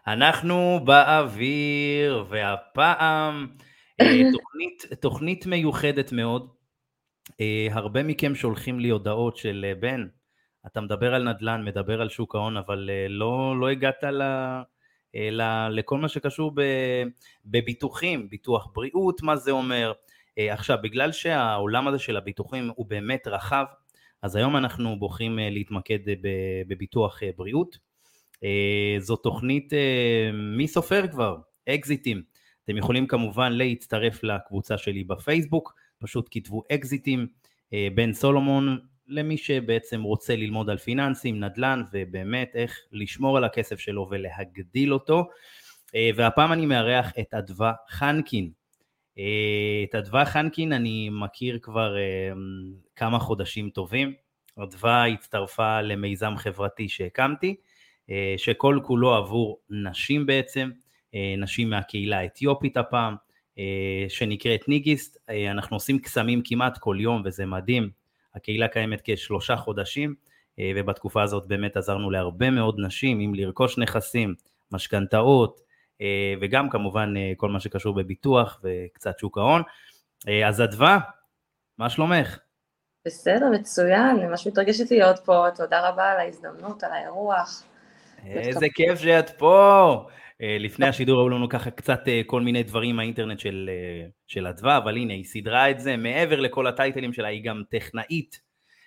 אנחנו באוויר, והפעם תוכנית מיוחדת מאוד. הרבה מכם שולחים לי הודעות של בן, אתה מדבר על נדל"ן, מדבר על שוק ההון, אבל לא הגעת לכל מה שקשור בביטוחים, ביטוח בריאות, מה זה אומר. עכשיו, בגלל שהעולם הזה של הביטוחים הוא באמת רחב, אז היום אנחנו בוחרים להתמקד בביטוח בריאות. זו תוכנית, מי סופר כבר? אקזיטים. אתם יכולים כמובן להצטרף לקבוצה שלי בפייסבוק, פשוט כתבו אקזיטים, בן סולומון, למי שבעצם רוצה ללמוד על פיננסים, נדל"ן, ובאמת איך לשמור על הכסף שלו ולהגדיל אותו. והפעם אני מארח את אדווה חנקין. את אדווה חנקין אני מכיר כבר כמה חודשים טובים. אדווה הצטרפה למיזם חברתי שהקמתי, שכל כולו עבור נשים בעצם, נשים מהקהילה האתיופית הפעם, שנקראת ניגיסט. אנחנו עושים קסמים כמעט כל יום וזה מדהים. הקהילה קיימת כ3 חודשים, ובתקופה הזאת באמת עזרנו להרבה מאוד נשים, אם לרכוש נכסים, משכנתאות, וגם כמובן כל מה שקשור בביטוח וקצת שוק ההון. אז אדווה, מה שלומך? בסדר, מצוין, ממש מתרגשת להיות פה, תודה רבה על ההזדמנות, על האירוח. איזה כיף שאת פה. לפני השידור היו לנו ככה קצת כל מיני דברים מהאינטרנט של אדווה, אבל הנה היא סידרה את זה, מעבר לכל הטייטלים שלה היא גם טכנאית.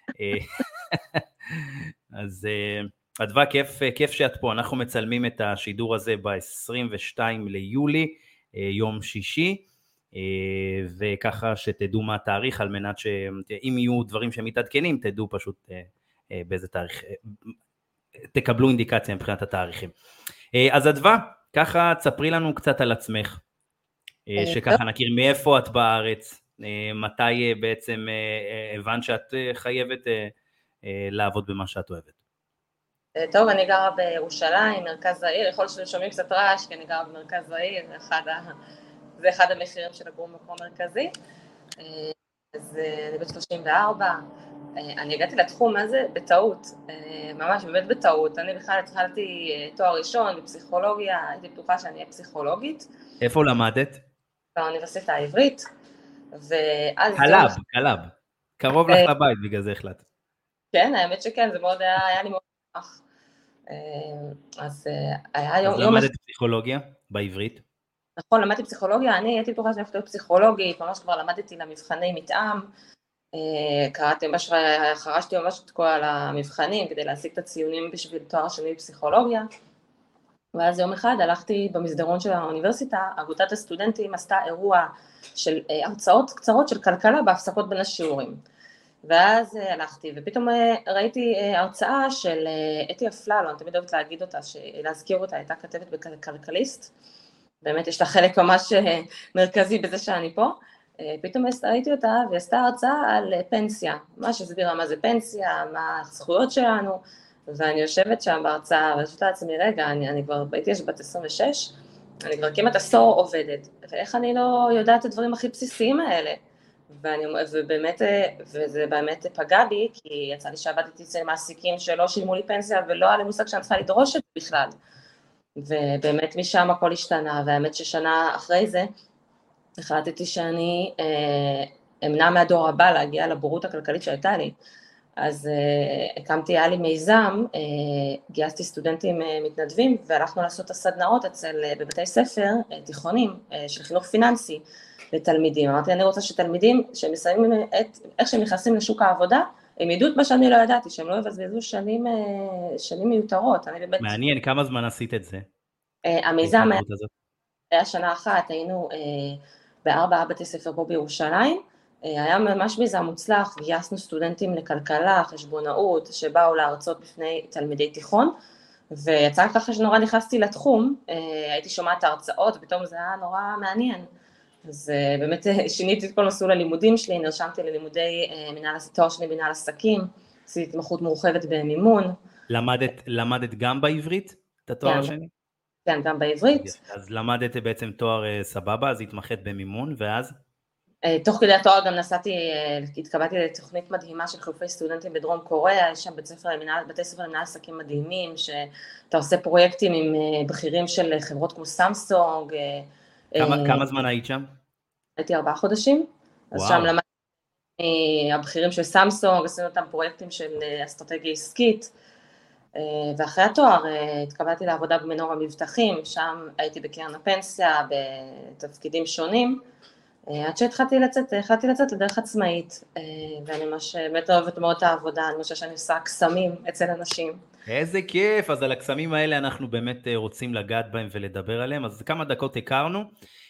אז אדווה, כיף שאת פה. אנחנו מצלמים את השידור הזה ב-22 ליולי, יום שישי, וככה שתדעו מה התאריך, על מנת שאם יהיו דברים שמתעדכנים, תדעו פשוט באיזה תאריך, תקבלו אינדיקציה מבחינת התאריכים. אז אדווה, ככה תספרי לנו קצת על עצמך, שככה נכיר מאיפה את בארץ, מתי בעצם הבנת שאת חייבת לעבוד במה שאת אוהבת. טוב, אני גרה בירושלים, מרכז העיר, יכול להיות ששומעים קצת רעש, כי אני גרה במרכז העיר, זה אחד המחירים של לגור במקום מרכזי. אז אני בת 34, אני הגעתי לתחום הזה בטעות, ממש באמת בטעות. אני בכלל התחלתי תואר ראשון בפסיכולוגיה, הייתי בטוחה שאני אהיה פסיכולוגית. איפה למדת? באוניברסיטה העברית. קלב, קרוב לך לבית, בגלל זה החלטת. כן, האמת שכן, זה מאוד היה לי מאוד נוח. אז היה יום... אז למדת פסיכולוגיה בעברית? נכון, למדתי פסיכולוגיה, אני הייתי בטוחה שאני הולכת פסיכולוגית, ממש כבר למדתי למבחני מתאם, קראתי ממש, חרשתי ממש את כל המבחנים כדי להשיג את הציונים בשביל תואר שני בפסיכולוגיה, ואז יום אחד הלכתי במסדרון של האוניברסיטה, אגודת הסטודנטים עשתה אירוע של הרצאות קצרות של כלכלה בהפסקות בין השיעורים. ואז הלכתי, ופתאום ראיתי הרצאה של אתי אפללו, אני תמיד אוהבת להגיד אותה, להזכיר אותה, הייתה כתבת בכלכליסט, באמת יש לה חלק ממש מרכזי בזה שאני פה, פתאום ראיתי אותה, והיא עשתה הרצאה על פנסיה, ממש הסבירה מה זה פנסיה, מה הזכויות שלנו, ואני יושבת שם בהרצאה, וחושבת לעצמי, רגע, אני כבר הייתי בת 26, אני כבר כמעט עשור עובדת, ואיך אני לא יודעת את הדברים הכי בסיסיים האלה, וזה באמת פגע בי, כי יצא לי שעבדתי אצל מעסיקים שלא שילמו לי פנסיה, ולא היה לי מושג שאני צריכה לדרוש את זה בכלל. ובאמת משם הכל השתנה, והאמת ששנה אחרי זה, החלטתי שאני אמנע מהדור הבא להגיע לבורות הכלכלית שהייתה לי. אז היה לי מיזם, גייסתי סטודנטים מתנדבים, והלכנו לעשות את הסדנאות בבתי ספר תיכונים של חינוך פיננסי לתלמידים. אמרתי, אני רוצה שתלמידים שמסיימים איך שהם נכנסים לשוק העבודה, הם ידעו את מה שאני לא ידעתי, שהם לא יבזבזו שנים מיותרות. מעניין, כמה זמן עשית את זה? המיזם היה שנה אחת, היינו ב4 בתי ספר פה בירושלים, היה ממש מיזם מוצלח, גייסנו סטודנטים לכלכלה, חשבונאות, שבאו להרצות בפני תלמידי תיכון, ויצא ככה שנורא נכנסתי לתחום, הייתי שומעת הרצאות, ופתאום זה היה נורא מעניין, אז באמת שיניתי את כל מסלול הלימודים שלי, נרשמתי ללימודי תואר שני מנהל עסקים, עשיתי התמחות מורחבת במימון. למדת גם בעברית את התואר השני? כן, גם בעברית. אז למדת בעצם תואר סבבה, אז התמחת במימון, ואז? תוך כדי התואר גם התקבלתי לתוכנית מדהימה של חילופי סטודנטים בדרום קוריאה, יש שם בתי ספר למנהל עסקים מדהימים, שאתה עושה פרויקטים עם בכירים של חברות כמו סמסונג. כמה זמן היית שם? הייתי 4 חודשים, אז שם למדתי הבכירים של סמסונג, עשינו אותם פרויקטים של אסטרטגיה עסקית, ואחרי התואר התקבלתי לעבודה במנור המבטחים, שם הייתי בקרן הפנסיה בתפקידים שונים, עד שהתחלתי לצאת לדרך עצמאית, ואני ממש באמת אוהבת מאוד את העבודה, אני חושבת שאני עושה קסמים אצל אנשים. איזה כיף, אז על הקסמים האלה אנחנו באמת רוצים לגעת בהם ולדבר עליהם, אז כמה דקות הכרנו,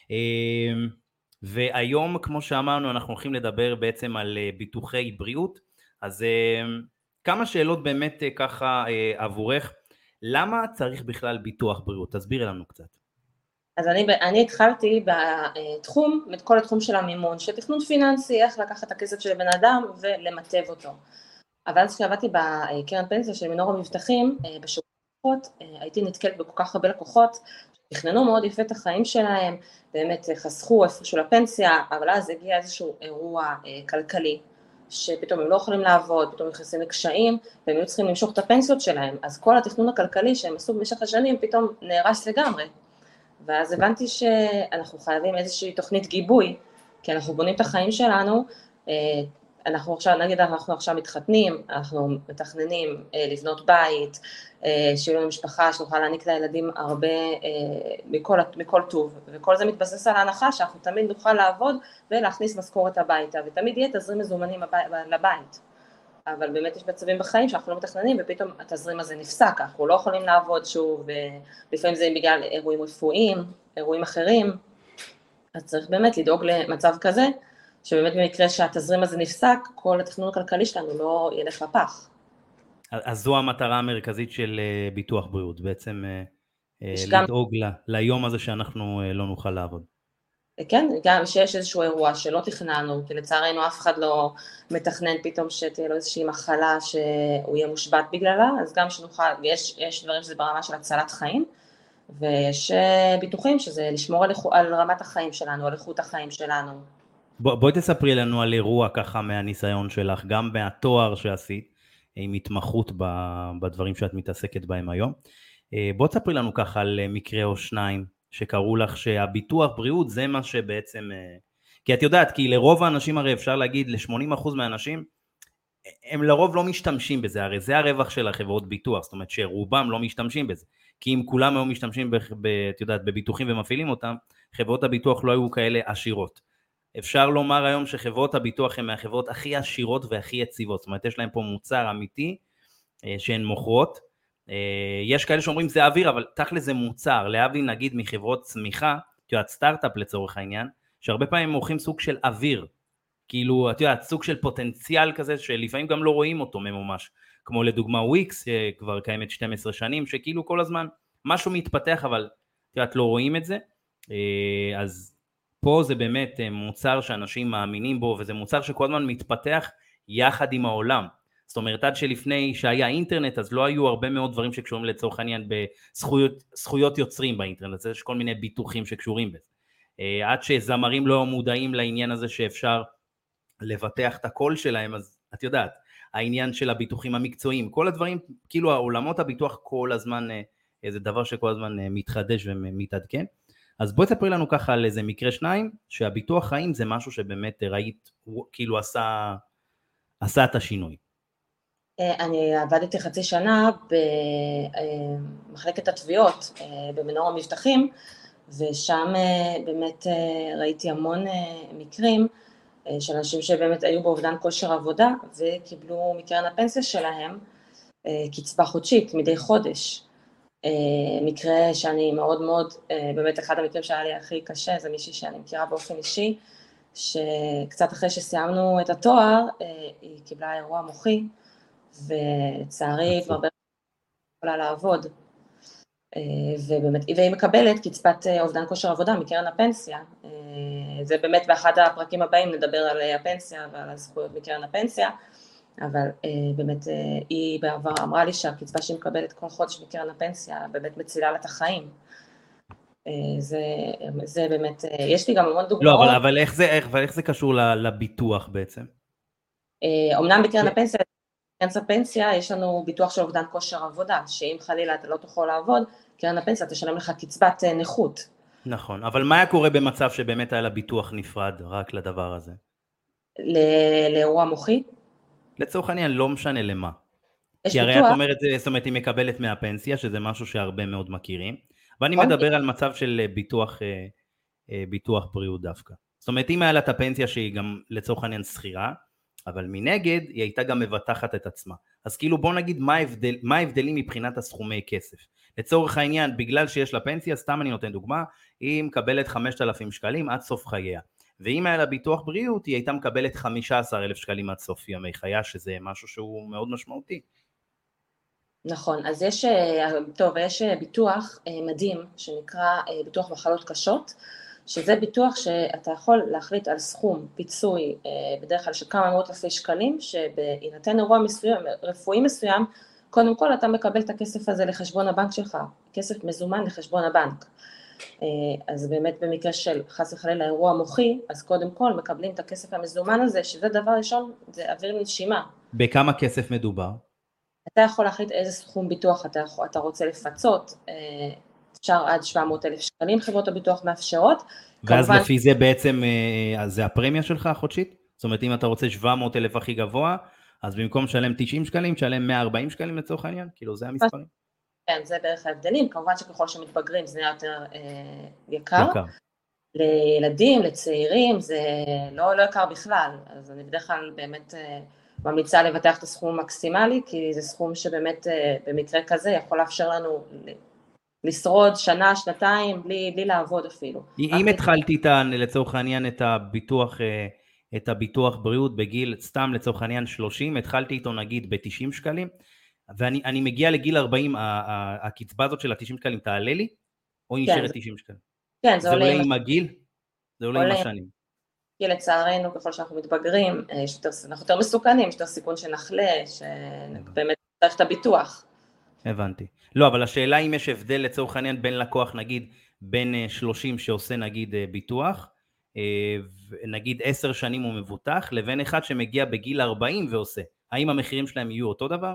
והיום כמו שאמרנו אנחנו הולכים לדבר בעצם על ביטוחי בריאות, אז כמה שאלות באמת ככה עבורך, למה צריך בכלל ביטוח בריאות? תסבירי לנו קצת. אז אני התחלתי בכל התחום של המימון, של תכנון פיננסי, איך לקחת את הכסף של בן אדם ולמטב אותו. אבל אז כשעבדתי בקרן פנסיה של מנור המבטחים, בשירות לקוחות, הייתי נתקלת בכל כך הרבה לקוחות, תכננו מאוד יפה את החיים שלהם, באמת חסכו הפרשו לפנסיה, אבל אז הגיע איזשהו אירוע כלכלי, שפתאום הם לא יכולים לעבוד, פתאום נכנסים לקשיים, והם היו צריכים למשוך את הפנסיות שלהם, אז כל התכנון הכלכלי שהם עשו במשך השנים פתאום נהרס לגמרי. ואז הבנתי שאנחנו חייבים איזושהי תוכנית גיבוי, כי אנחנו בונים את החיים שלנו, אנחנו עכשיו מתחתנים, אנחנו מתכננים לבנות בית, שיהיו לנו משפחה, שנוכל להעניק לילדים הרבה מכל טוב, וכל זה מתבסס על ההנחה שאנחנו תמיד נוכל לעבוד ולהכניס משכורת הביתה, ותמיד יהיה תזרים מזומנים לבית. אבל באמת יש מצבים בחיים שאנחנו לא מתכננים, ופתאום התזרים הזה נפסק, אנחנו לא יכולים לעבוד שוב, ולפעמים זה בגלל אירועים רפואיים, אירועים אחרים, אז צריך באמת לדאוג למצב כזה, שבאמת במקרה שהתזרים הזה נפסק, כל התכנון הכלכלי שלנו לא ילך לפח. אז זו המטרה המרכזית של ביטוח בריאות, בעצם לדאוג ליום הזה שאנחנו לא נוכל לעבוד. כן, גם שיש איזשהו אירוע שלא תכננו, כי לצערנו אף אחד לא מתכנן פתאום שתהיה לו איזושהי מחלה שהוא יהיה מושבת בגללה, אז גם שנוכל, יש דברים שזה ברמה של הצלת חיים, ויש ביטוחים שזה לשמור על רמת החיים שלנו, על איכות החיים שלנו. בואי תספרי לנו על אירוע ככה מהניסיון שלך, גם מהתואר שעשית, עם התמחות בדברים שאת מתעסקת בהם היום. בואי תספרי לנו ככה על מקרה או שניים, שקראו לך שהביטוח בריאות זה מה שבעצם, כי את יודעת, כי לרוב האנשים הרי אפשר להגיד, ל-80% מהאנשים, הם לרוב לא משתמשים בזה, הרי זה הרווח של החברות ביטוח, זאת אומרת שרובם לא משתמשים בזה, כי אם כולם היו משתמשים את יודעת, בביטוחים ומפעילים אותם, חברות הביטוח לא היו כאלה עשירות. אפשר לומר היום שחברות הביטוח הן מהחברות הכי עשירות והכי יציבות, זאת אומרת יש להם פה מוצר אמיתי שהן מוכרות, יש כאלה שאומרים זה אוויר, אבל תכל'ס זה מוצר, להבדיל נגיד מחברות צמיחה, את יודעת סטארט-אפ לצורך העניין, שהרבה פעמים מוכרים סוג של אוויר, כאילו את יודעת סוג של פוטנציאל כזה שלפעמים גם לא רואים אותו ממומש, כמו לדוגמה וויקס שכבר קיימת 12 שנים, שכאילו כל הזמן משהו מתפתח אבל את יודעת לא רואים את זה, אז פה זה באמת מוצר שאנשים מאמינים בו, וזה מוצר שכל הזמן מתפתח יחד עם העולם. זאת אומרת, עד שלפני שהיה אינטרנט, אז לא היו הרבה מאוד דברים שקשורים לצורך העניין בזכויות יוצרים באינטרנט, יש כל מיני ביטוחים שקשורים בזה. עד שזמרים לא מודעים לעניין הזה שאפשר לבטח את הקול שלהם, אז את יודעת, העניין של הביטוחים המקצועיים, כל הדברים, כאילו העולמות הביטוח כל הזמן, זה דבר שכל הזמן מתחדש ומתעדכן. אז בואי תספרי לנו ככה על איזה מקרה שניים, שהביטוח חיים זה משהו שבאמת ראית, כאילו עשה את השינוי. אני עבדתי חצי שנה במחלקת התביעות במנור המבטחים, ושם באמת ראיתי המון מקרים של אנשים שבאמת היו באובדן כושר עבודה, וקיבלו מקרן הפנסיה שלהם קצבה חודשית מדי חודש. מקרה שאני מאוד מאוד, באמת אחד המקרים שהיה לי הכי קשה, זה מישהי שאני מכירה באופן אישי, שקצת אחרי שסיימנו את התואר, היא קיבלה אירוע מוחי, ולצערי כבר באמת יכולה לעבוד, והיא מקבלת קצבת אובדן כושר עבודה מקרן הפנסיה, זה באמת באחד הפרקים הבאים נדבר על הפנסיה ועל הזכויות מקרן הפנסיה, אבל באמת היא בעבר אמרה לי שהקצבה שהיא מקבלת כל חודש מקרן הפנסיה באמת מצילה לה את החיים. זה באמת, יש לי גם המון לא, דוגמאות. אבל איך זה קשור לביטוח בעצם? אמנם בקרן הפנסיה יש לנו ביטוח של אובדן כושר עבודה, שאם חלילה אתה לא תוכל לעבוד, קרן הפנסיה תשלם לך קצבת נכות. נכון, אבל מה היה קורה במצב שבאמת היה לה ביטוח נפרד רק לדבר הזה? לאירוע מוחי? לצורך העניין לא משנה למה. יש כי הרי ביטוח. את אומרת, זאת אומרת, היא מקבלת מהפנסיה, שזה משהו שהרבה מאוד מכירים, ואני נכון? מדבר על מצב של ביטוח בריאות דווקא. זאת אומרת, אם היה לה את הפנסיה שהיא גם לצורך העניין שכירה, אבל מנגד היא הייתה גם מבטחת את עצמה. אז כאילו בוא נגיד מה ההבדלים מבחינת הסכומי כסף. לצורך העניין, בגלל שיש לה פנסיה, סתם אני נותן דוגמה, היא מקבלת 5,000 שקלים עד סוף חייה. ואם היה לה ביטוח בריאות, היא הייתה מקבלת 15,000 שקלים עד סוף ימי חייה, שזה משהו שהוא מאוד משמעותי. נכון, אז יש ביטוח מדהים שנקרא ביטוח מחלות קשות, שזה ביטוח שאתה יכול להחליט על סכום פיצוי בדרך כלל של כמה מאות אלפי שקלים, שבהינתן אירוע רפואי מסוים, קודם כל אתה מקבל את הכסף הזה לחשבון הבנק שלך, כסף מזומן לחשבון הבנק. אז באמת במקרה של חס וחלילה אירוע מוחי, אז קודם כל מקבלים את הכסף המזומן הזה, שזה דבר ראשון, זה אוויר נשימה. בכמה כסף מדובר? אתה יכול להחליט איזה סכום ביטוח אתה רוצה לפצות, אפשר עד 700,000 שקלים חברות הביטוח מאפשרות. ואז כמובן, לפי זה בעצם, זה הפרמיה שלך החודשית? זאת אומרת, אם אתה רוצה 700,000 הכי גבוה, אז במקום לשלם 90 שקלים, תשלם 140 שקלים לצורך העניין? כאילו זה המספרים? כן, זה בערך ההבדלים, כמובן שככל שמתבגרים זה נהיה יותר יקר. לילדים, לצעירים, זה לא יקר בכלל, אז אני בדרך כלל באמת ממליצה לבטח את הסכום המקסימלי, כי זה סכום שבאמת במקרה כזה יכול לאפשר לנו לשרוד שנה, שנתיים, בלי לעבוד אפילו. אם התחלתי לצורך העניין את הביטוח בריאות בגיל, סתם לצורך העניין 30, התחלתי איתו נגיד ב-90 שקלים, ואני מגיע לגיל 40, הקצבה הזאת של ה-90 שקלים תעלה לי, או נשארת 90 שקלים? כן, זה עולה עם הגיל? זה עולה עם השנים. כי לצערנו, ככל שאנחנו מתבגרים, אנחנו יותר מסוכנים, יש יותר סיכון שנחלה, שבאמת צריך את הביטוח. הבנתי. לא, אבל השאלה אם יש הבדל לצורך העניין בין לקוח, נגיד, בין 30 שעושה נגיד ביטוח, נגיד 10 שנים הוא מבוטח, לבין אחד שמגיע בגיל 40 ועושה. האם המחירים שלהם יהיו אותו דבר?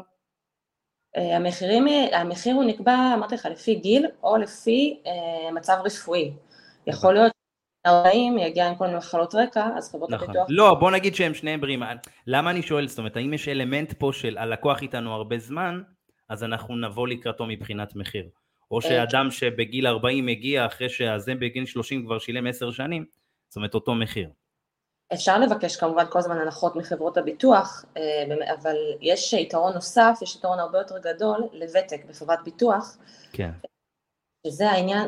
המחיר הוא נקבע, אמרתי לך, לפי גיל או לפי מצב רפואי. יכול להיות 40 יגיע עם כל מיני מחלות רקע, אז חברות הביטוח... לא, בוא נגיד שהם שניהם בריאים. למה אני שואל? זאת אומרת, האם יש אלמנט פה של הלקוח איתנו הרבה זמן, אז אנחנו נבוא לקראתו מבחינת מחיר. או שאדם שבגיל 40 מגיע אחרי שהזה בגיל 30 כבר שילם 10 שנים, זאת אומרת אותו מחיר. אפשר לבקש כמובן כל הזמן הנחות מחברות הביטוח, אבל יש יתרון נוסף, יש יתרון הרבה יותר גדול לוותק בחברת ביטוח. כן. שזה העניין,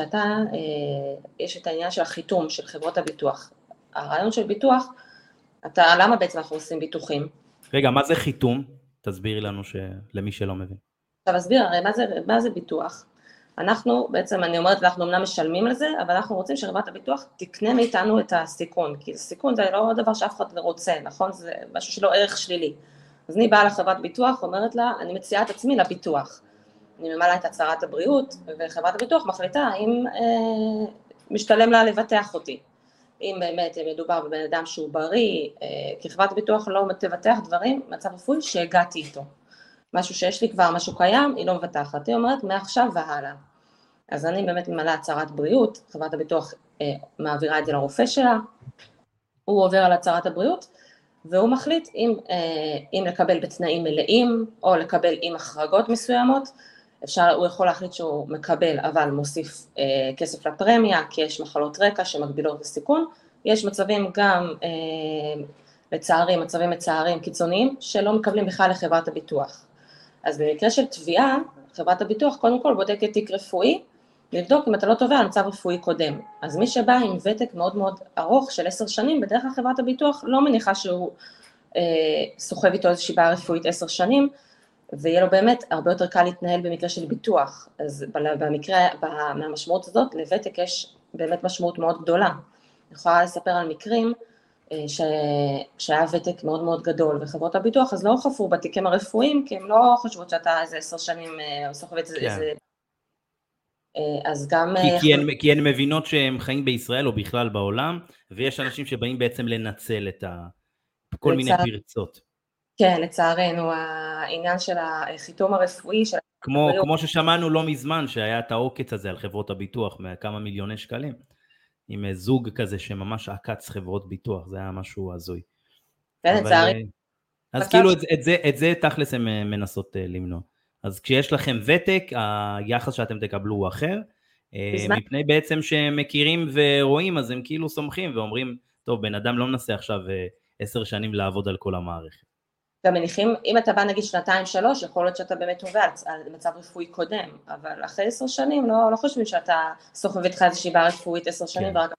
יש את העניין של החיתום של חברות הביטוח. הרעיון של ביטוח, למה בעצם אנחנו עושים ביטוחים? רגע, מה זה חיתום? תסבירי לנו למי שלא מבין. עכשיו אסביר, הרי מה זה ביטוח? אנחנו בעצם, אני אומרת, אנחנו אמנם משלמים לזה, אבל אנחנו רוצים שחברת הביטוח תקנה מאיתנו את הסיכון, כי סיכון זה לא דבר שאף אחד לא רוצה, נכון? זה משהו שלא ערך שלילי. אז אני באה לחברת ביטוח, אומרת לה, אני מציעה את עצמי לביטוח. אני ממלאה את הצהרת הבריאות, וחברת הביטוח מחליטה האם משתלם לה לבטח אותי. אם באמת מדובר בבן אדם שהוא בריא, כי חברת הביטוח לא תבטח דברים, מצב רפואי שהגעתי איתו. משהו שיש לי כבר, משהו קיים, היא לא מבטחת. היא אומרת, מעכשיו והלאה. אז אני באמת ממלאה הצהרת בריאות, חברת הביטוח מעבירה את זה לרופא שלה, הוא עובר על הצהרת הבריאות, והוא מחליט אם לקבל בתנאים מלאים, או לקבל עם החרגות מסוימות, הוא יכול להחליט שהוא מקבל, אבל מוסיף כסף לפרמיה, כי יש מחלות רקע שמגבילות בסיכון, יש מצבים גם, לצערי, מצבים מצערים קיצוניים, שלא מקבלים בכלל לחברת הביטוח. אז במקרה של תביעה, חברת הביטוח קודם כל בודקת תיק רפואי, לבדוק אם אתה לא תובע על מצב רפואי קודם. אז מי שבא עם ותק מאוד מאוד ארוך של 10 שנים, בדרך כלל חברת הביטוח לא מניחה שהוא סוחב איתו איזושהי בעיה רפואית 10 שנים, ויהיה לו באמת הרבה יותר קל להתנהל במקרה של ביטוח. אז במקרה, מהמשמעות הזאת, לוותק יש באמת משמעות מאוד גדולה. אני יכולה לספר על מקרים שהיה ותק מאוד מאוד גדול, וחברות הביטוח אז לא חפרו בתיקים הרפואיים, כי הם לא חושבות שאתה איזה 10 שנים סוחב את זה, אז גם... כי הן מבינות שהם חיים בישראל או בכלל בעולם, ויש אנשים שבאים בעצם לנצל את כל מיני פרצות. כן, לצערנו, העניין של החיתום הרפואי, של כמו ששמענו לא מזמן, שהיה את העוקץ הזה על חברות הביטוח, מכמה מיליוני שקלים, עם זוג כזה שממש עקץ חברות ביטוח, זה היה משהו הזוי. כן, לצערי. אז כאילו את זה תכלס הן מנסות למנוע. אז כשיש לכם ותק, היחס שאתם תקבלו הוא אחר, מפני בעצם שהם מכירים ורואים, אז הם כאילו סומכים ואומרים, טוב, בן אדם לא מנסה עכשיו 10 שנים לעבוד על כל המערכת. גם מניחים, אם אתה בא נגיד 2-3, יכול להיות שאתה באמת תובע על מצב רפואי קודם, אבל אחרי 10 שנים לא חושבים שאתה סוחב איתך איזושהי בעיה רפואית 10 שנים ורק...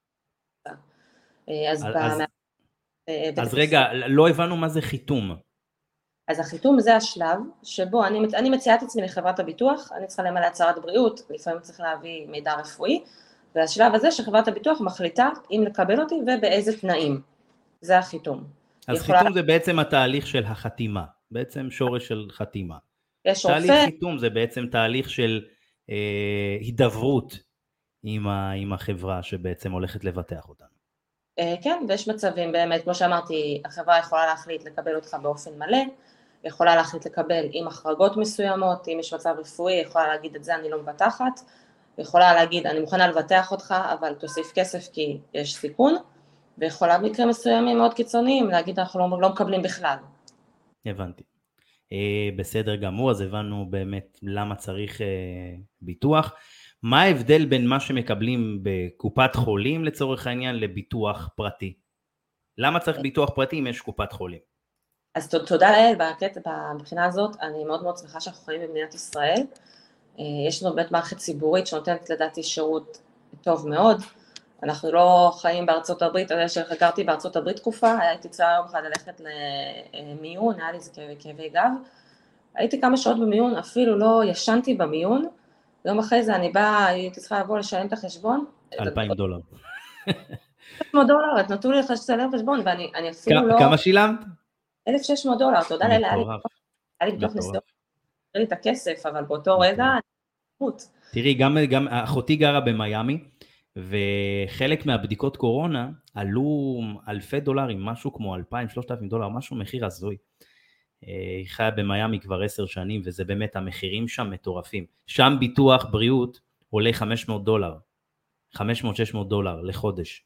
אז רגע, לא הבנו מה זה חיתום. אז החיתום זה השלב שבו אני מציעה את עצמי לחברת הביטוח, אני צריכה למלא הצהרת בריאות, לפעמים צריך להביא מידע רפואי, והשלב הזה שחברת הביטוח מחליטה אם לקבל אותי ובאיזה תנאים. זה החיתום. אז חיתום זה בעצם התהליך של החתימה, בעצם שורש של חתימה. יש תהליך רופא. חיתום זה בעצם תהליך של הידברות עם החברה שבעצם הולכת לבטח אותנו. כן, ויש מצבים באמת, כמו שאמרתי, החברה יכולה להחליט לקבל אותך באופן מלא, יכולה להחליט לקבל עם החרגות מסוימות, אם יש מצב רפואי, יכולה להגיד את זה אני לא מבטחת, יכולה להגיד אני מוכנה לבטח אותך, אבל תוסיף כסף כי יש סיכון, ויכולה במקרים מסוימים מאוד קיצוניים להגיד אנחנו לא מקבלים בכלל. הבנתי. בסדר גמור, אז הבנו באמת למה צריך ביטוח. מה ההבדל בין מה שמקבלים בקופת חולים לצורך העניין לביטוח פרטי? למה צריך ביטוח פרטי אם יש קופת חולים? אז תודה לאל, מבחינה הזאת אני מאוד מאוד שמחה שאנחנו חיים במדינת ישראל. יש לנו באמת מערכת ציבורית שנותנת לדעתי שירות טוב מאוד. אנחנו לא חיים בארצות הברית, אני שגרתי בארצות הברית תקופה, הייתי צריכה יום אחד ללכת למיון, היה לי איזה כאבי גב. הייתי כמה שעות במיון, אפילו לא ישנתי במיון, יום אחרי זה אני באה, הייתי צריכה לבוא לשלם את החשבון. $2,000. $1,600, נתנו לי לשלם חשבון, ואני אפילו לא... כמה שילמת? $1,600, תודה לאלה, היה לי ביטוח נסיעות, היה לי את הכסף, אבל באותו רגע אני מות. תראי, גם אחותי גרה במיימי, וחלק מהבדיקות קורונה עלו $1,000, משהו כמו $2,000-3,000, משהו מחיר הזוי. היא חיה במיימי כבר 10 שנים, וזה באמת, המחירים שם מטורפים. שם ביטוח בריאות עולה $500, $500-600 לחודש.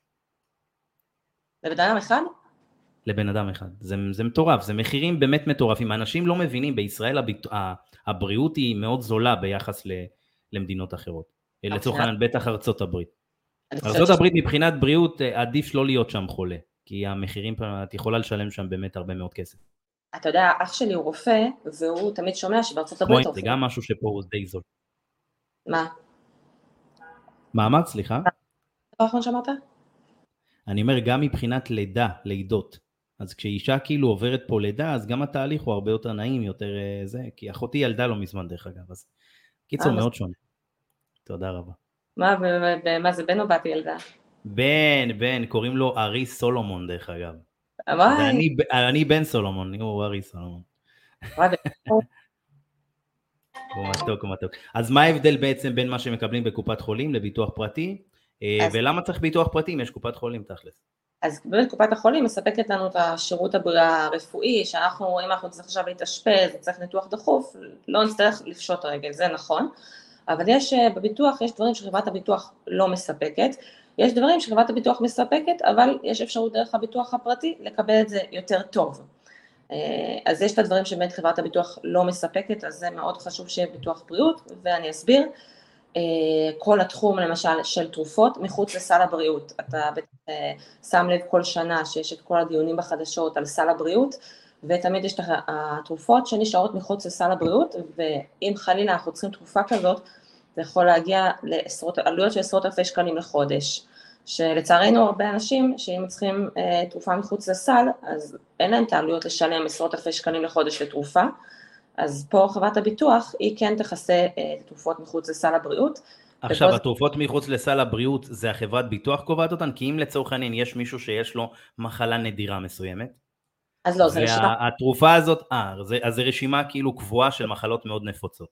לבן אדם אחד? לבן אדם אחד. זה מטורף, זה מחירים באמת מטורפים. אנשים לא מבינים, בישראל הבריאות היא מאוד זולה ביחס למדינות אחרות. לצורך העניין, בטח ארצות הברית. ארצות הברית מבחינת בריאות עדיף לא להיות שם חולה, כי המחירים, את יכולה לשלם שם באמת הרבה מאוד כסף. אתה יודע, אח שלי הוא רופא, והוא תמיד שומע שבארצות הברית... זה גם משהו שפה הוא די זול. מה? מה אמרת, סליחה? מה האחרון שאמרת? אני אומר, גם מבחינת לידות. אז כשאישה כאילו עוברת פה לידה, אז גם התהליך הוא הרבה יותר נעים, יותר זה, כי אחותי ילדה לא מזמן דרך אגב, אז קיצור מאוד שונה. תודה רבה. מה זה, בן או בת ילדה? בן, קוראים לו ארי סולומון דרך אגב. אני בן סולומון, הוא ארי סולומון. הוא מתוק. אז מה ההבדל בעצם בין מה שמקבלים בקופת חולים לביטוח פרטי, ולמה צריך ביטוח פרטי אם יש קופת חולים תכלס? אז באמת קופת החולים מספקת לנו את השירות הרפואי, שאנחנו, אם אנחנו צריך עכשיו להתאשפז, צריך ניתוח דחוף, לא נצטרך לפשוט רגל, זה נכון, אבל בביטוח יש דברים שחברת הביטוח לא מספקת, יש דברים שחברת הביטוח מספקת, אבל יש אפשרות דרך הביטוח הפרטי לקבל את זה יותר טוב. אז יש את הדברים שבאמת חברת הביטוח לא מספקת, אז זה מאוד חשוב שיהיה ביטוח בריאות, ואני אסביר. כל התחום למשל של תרופות מחוץ לסל הבריאות, אתה שם לב כל שנה שיש את כל הדיונים בחדשות על סל הבריאות, ותמיד יש את התרופות שנשארות מחוץ לסל הבריאות, ואם חלילה אנחנו צריכים תרופה כזאת, זה יכול להגיע לעלויות של עשרות אלפי שקלים לחודש, שלצערנו הרבה אנשים שאם צריכים תרופה מחוץ לסל, אז אין להם את העלויות לשלם עשרות אלפי שקלים לחודש לתרופה, אז פה חברת הביטוח היא כן תכסה תרופות מחוץ לסל הבריאות. עכשיו, התרופות מחוץ לסל הבריאות זה החברת ביטוח קובעת אותן? כי אם לצורך העניין יש מישהו שיש לו מחלה נדירה מסוימת, אז לא, זה רשימה. והתרופה הזאת, אז זה רשימה כאילו קבועה של מחלות מאוד נפוצות.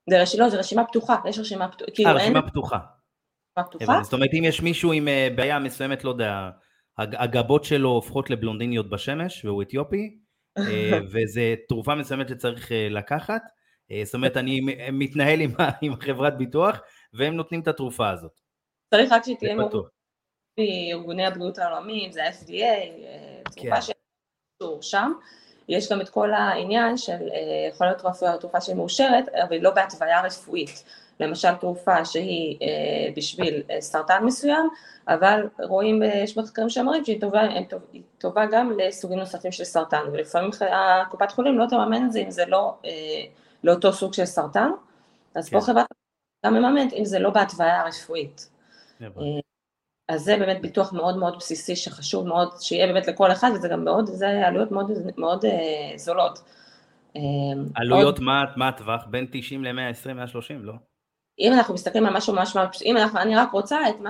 זה רשימה פתוחה, יש רשימה פתוחה, כאילו רשימה פתוחה. רשימה פתוחה. זאת אומרת, אם יש מישהו עם בעיה מסוימת, לא יודע, הגבות שלו הופכות לבלונדיניות בשמש, והוא אתיופי, וזה תרופה מסוימת שצריך לקחת, זאת אומרת, אני מתנהל עם חברת ביטוח, והם נותנים את התרופה הזאת. צריך רק שתהיה מאורגנת בארגוני הבריאות העולמיים, זה ה-FDA, תרופה שאושרה שם. יש גם את כל העניין של יכול להיות תרופה שהיא מאושרת, אבל לא בהתוויה רפואית. למשל תרופה שהיא בשביל סרטן מסוים, אבל רואים, יש מחקרים שאומרים שהיא טובה גם לסוגים נוספים של סרטן, ולפעמים הקופת חולים לא תממן את זה אם זה לא לאותו סוג של סרטן, אז פה חברת גם מממנת אם זה לא בהתוויה הרפואית. אז זה באמת ביטוח מאוד מאוד בסיסי, שחשוב מאוד שיהיה באמת לכל אחד, וזה גם מאוד, זה עלויות מאוד, מאוד זולות. עלויות מה הטווח? בין 90 ל-120, 130, לא? אם אנחנו מסתכלים על משהו ממש, אני רק רוצה את מה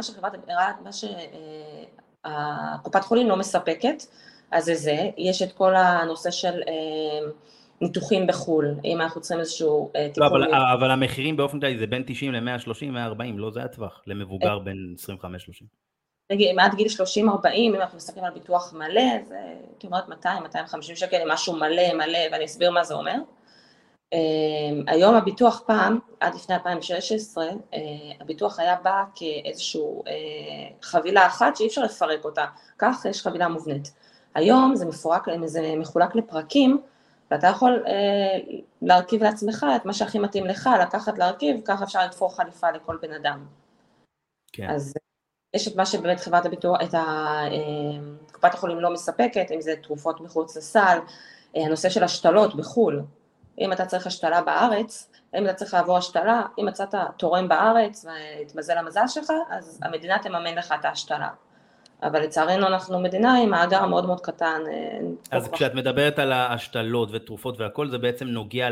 שהקופת חולים לא מספקת, אז זה, יש את כל הנושא של ניתוחים בחול, אם אנחנו צריכים איזשהו טיפול. לא, אבל המחירים באופן כללי זה בין 90 ל-130, 140, לא זה הטווח, למבוגר בין 25-30. נגיד, מעד גיל 30-40, אם אנחנו מסתכלים על ביטוח מלא, זה, הייתי אומרת 200-250 שקל, משהו מלא, ואני אסביר מה זה אומר. היום הביטוח פעם, עד לפני 2016, הביטוח היה בא כאיזשהו חבילה אחת שאי אפשר לפרק אותה, כך יש חבילה מובנית. היום זה מחולק לפרקים, ואתה יכול להרכיב לעצמך את מה שהכי מתאים לך, לקחת להרכיב, כך אפשר לתפור חליפה לכל בן אדם. כן. אז יש את מה שבאמת חברת הביטוח, קופת החולים לא מספקת, אם זה תרופות מחוץ לסל, הנושא של השתלות בחול, אם אתה צריך השתלה בארץ, אם אתה צריך לעבור השתלה, אם מצאת תורם בארץ והתמזל המזל שלך, אז המדינה תממן לך את ההשתלה. אבל לצערנו אנחנו מדינה עם מאגר מאוד מאוד קטן. אז כשאת מדברת על ההשתלות ותרופות והכל, זה בעצם נוגע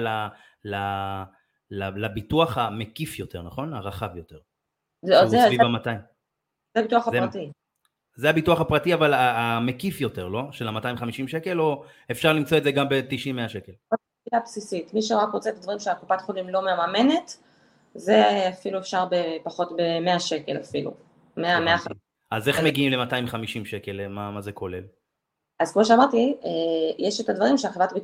לביטוח המקיף יותר, נכון? הרחב יותר. שהוא סביב ה-200. זה הביטוח הפרטי. זה הביטוח הפרטי, אבל המקיף יותר, לא? של ה-250 שקל, או אפשר למצוא את זה גם ב-90-100 שקל? הבסיסית, מי שרק רוצה את הדברים שהקופת חולים לא מממנת, זה אפילו אפשר בפחות ב-100 שקל אפילו. 100. אז איך מגיעים ל-250 שקל? מה זה כולל? אז כמו שאמרתי, יש את הדברים שהקופת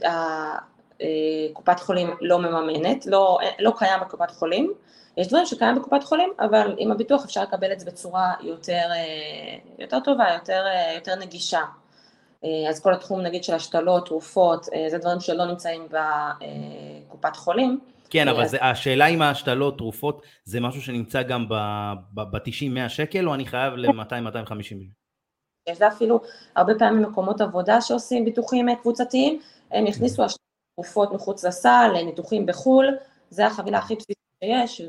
חולים לא מממנת, לא קיים בקופת חולים, יש דברים שקיים בקופת חולים, אבל עם הביטוח אפשר לקבל את זה בצורה יותר טובה, יותר נגישה. אז כל התחום נגיד של השתלות, תרופות, זה דברים שלא נמצאים בקופת חולים. כן, אבל השאלה עם ההשתלות, תרופות, זה משהו שנמצא גם ב-90-100 שקל, או אני חייב ל-200-250? יש אפילו הרבה פעמים מקומות עבודה שעושים ביטוחים קבוצתיים, הם הכניסו תרופות מחוץ לסל, ניתוחים בחול, זה החבילה הכי בסיסית שיש,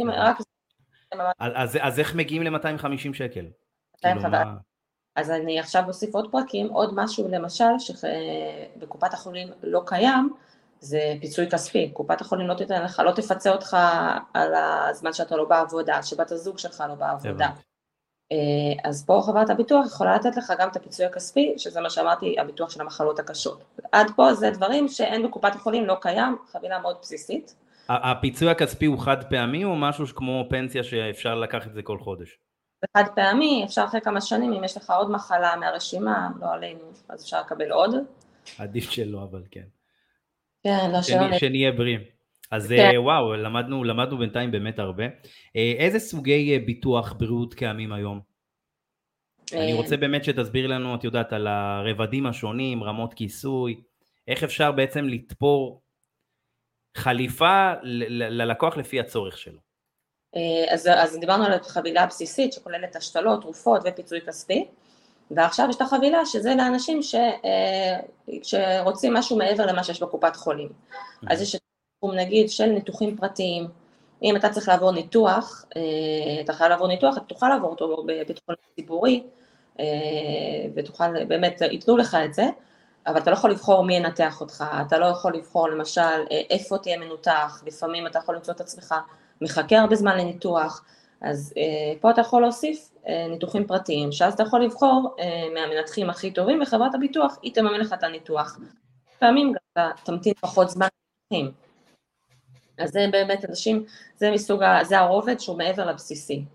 אז איך מגיעים ל-250 שקל? אז אני עכשיו אוסיף עוד פרקים, עוד משהו למשל שבקופת החולים לא קיים, זה פיצוי כספי, קופת החולים לא תיתן לך, לא תפצה אותך על הזמן שאתה לא בעבודה, שבת הזוג שלך לא בעבודה. אז פה חברת הביטוח יכולה לתת לך גם את הפיצוי הכספי, שזה מה שאמרתי, הביטוח של המחלות הקשות. עד פה זה דברים שאין בקופת החולים, לא קיים, חבילה מאוד בסיסית. הפיצוי הכספי הוא חד פעמי או משהו כמו פנסיה שאפשר לקחת את זה כל חודש? זה חד פעמי, אפשר אחרי כמה שנים, אם יש לך עוד מחלה מהרשימה, לא עלינו, אז אפשר לקבל עוד. עדיף שלא, אבל כן. כן, לא שלא. שנהיה בריאים. אז וואו, למדנו בינתיים באמת הרבה. איזה סוגי ביטוח בריאות קיימים היום? אני רוצה באמת שתסביר לנו, את יודעת, על הרבדים השונים, רמות כיסוי, איך אפשר בעצם לתפור חליפה ללקוח לפי הצורך שלו. אז דיברנו על חבילה בסיסית שכוללת השתלות, תרופות ופיצוי כספי, ועכשיו יש את החבילה שזה לאנשים שרוצים משהו מעבר למה שיש בקופת חולים. אז יש תחום נגיד של ניתוחים פרטיים, אם אתה צריך לעבור ניתוח, אתה חייב לעבור ניתוח, אתה תוכל לעבור אותו בבית חולים ציבורי, ותוכל, באמת ייתנו לך את זה, אבל אתה לא יכול לבחור מי ינתח אותך, אתה לא יכול לבחור למשל איפה תהיה מנותח, לפעמים אתה יכול למצוא את עצמך, מחכה הרבה זמן לניתוח, אז פה אתה יכול להוסיף ניתוחים פרטיים, שאז אתה יכול לבחור מהמנתחים הכי טובים, וחברת הביטוח היא תממן לך את הניתוח. פעמים גם אתה תמתין פחות זמן לניתוחים. אז זה באמת אנשים, זה מסוג, זה הרובד שהוא מעבר לבסיסי.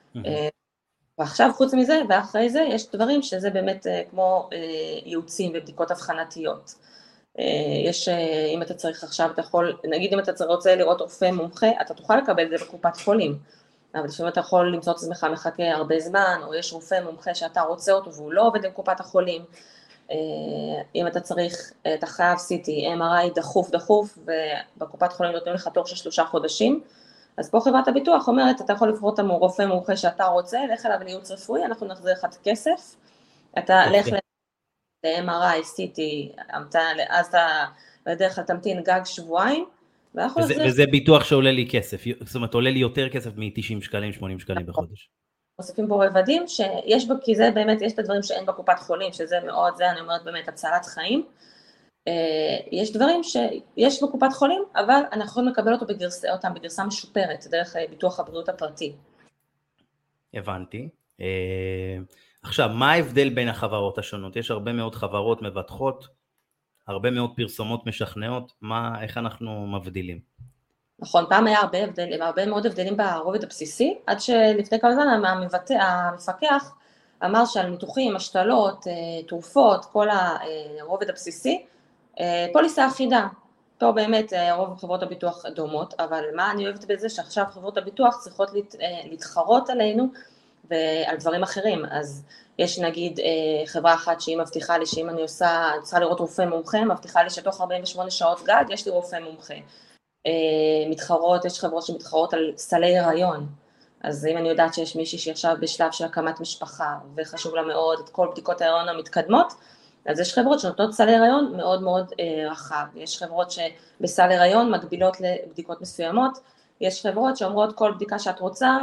ועכשיו חוץ מזה, ואחרי זה יש דברים שזה באמת כמו ייעוצים ובדיקות הבחנתיות. יש, אם אתה צריך עכשיו, אתה יכול, נגיד אם אתה רוצה לראות רופא מומחה, אתה תוכל לקבל את זה בקופת חולים, אבל לפעמים אתה יכול למצוא את עצמך מחכה הרבה זמן, או יש רופא מומחה שאתה רוצה אותו והוא לא עובד עם קופת החולים. אם אתה צריך, אתה חייב CT, MRI דחוף, ובקופת חולים נותנים לך תור של 3 חודשים, אז פה חברת הביטוח אומרת, אתה יכול לבחור את הרופא מומחה שאתה רוצה, לך אליו לייעוץ רפואי, אנחנו נחזיר לך את הכסף, אתה לך ל-MRI, CT, אז אתה בדרך כלל תמתין גג שבועיים, וזה ביטוח שעולה לי כסף, זאת אומרת עולה לי יותר כסף מ-90 שקלים, 80 שקלים בחודש. מוסיפים פה רבדים שיש בו, כי זה באמת, יש את הדברים שאין בקופת חולים, שזה מאוד, זה אני אומרת באמת הצלת חיים, יש דברים שיש בקופת חולים, אבל אנחנו יכולים לקבל אותם בגרסה משופרת, דרך ביטוח הבריאות הפרטי. הבנתי. עכשיו, מה ההבדל בין החברות השונות? יש הרבה מאוד חברות מבטחות, הרבה מאוד פרסומות משכנעות, איך אנחנו מבדילים? נכון, פעם היה הרבה מאוד הבדלים ברובד הבסיסי, עד שלפני כמה זמן המפקח אמר שעל ניתוחים, השתלות, תרופות, כל הרובד הבסיסי, פוליסה אחידה. פה באמת רוב חברות הביטוח דומות, אבל מה אני אוהבת בזה שעכשיו חברות הביטוח צריכות להתחרות עלינו ועל דברים אחרים. אז יש נגיד חברה אחת שהיא מבטיחה לי שאם אני צריכה לראות רופא מומחה, מבטיחה לי שתוך 48 שעות גג יש לי רופא מומחה. מתחרות, יש חברות שמתחרות על סלי הריון, אז אם אני יודעת שיש מישהי שישב בשלב של הקמת משפחה וחשוב לה מאוד את כל בדיקות ההריון המתקדמות, אז יש חברות שנותנות סלי הריון מאוד מאוד רחב, יש חברות שבסל הריון מגבילות לבדיקות מסוימות, יש חברות שאומרות כל בדיקה שאת רוצה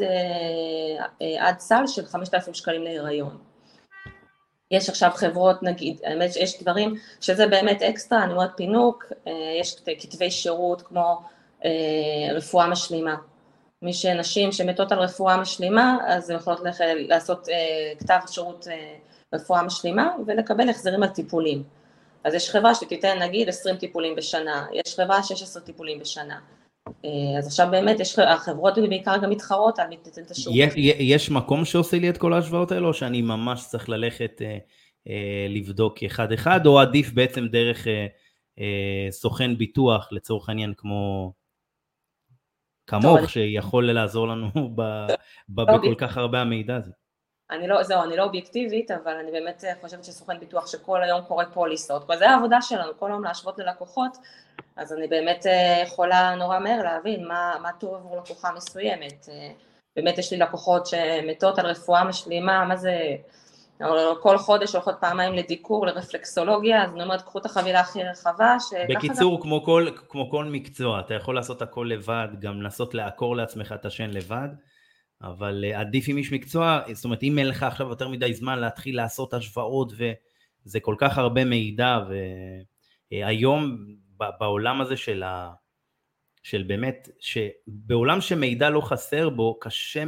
עד סל של 5,000 שקלים להיריון. יש עכשיו חברות, נגיד, יש דברים שזה באמת אקסטרה, אני אומרת פינוק, יש כתבי שירות כמו רפואה משלימה. נשים שמתות על רפואה משלימה, אז הן יכולות לעשות כתב שירות רפואה משלימה, ולקבל החזרים על טיפולים. אז יש חברה שתיתן נגיד 20 טיפולים בשנה, יש חברה 16 טיפולים בשנה. אז עכשיו באמת החברות בעיקר גם מתחרות על מתנתן את השירות. יש מקום שעושה לי את כל ההשוואות האלו, או שאני ממש צריך ללכת לבדוק אחד, או עדיף בעצם דרך סוכן ביטוח, לצורך העניין כמוך, שיכול לעזור לנו בכל כך הרבה המידע הזה? אני לא אובייקטיבית, אבל אני באמת חושבת שסוכן ביטוח שכל היום קורא פוליסות, וזה העבודה שלנו, כל היום להשוות ללקוחות, אז אני באמת יכולה נורא מהר להבין מה טוב עבור לקוחה מסוימת. באמת יש לי לקוחות שמתות על רפואה משלימה, מה זה, כל חודש הולכות פעמיים לדיקור, לרפלקסולוגיה, אז אני אומרת, קחו את החבילה הכי רחבה. בקיצור, כמו כל מקצוע, אתה יכול לעשות הכל לבד, גם לנסות לעקור לעצמך את השן לבד, אבל עדיף עם איש מקצוע, זאת אומרת, אם אין לך עכשיו יותר מדי זמן להתחיל לעשות השוואות, וזה כל כך הרבה מידע, והיום בעולם הזה של באמת, שבעולם שמידע לא חסר בו,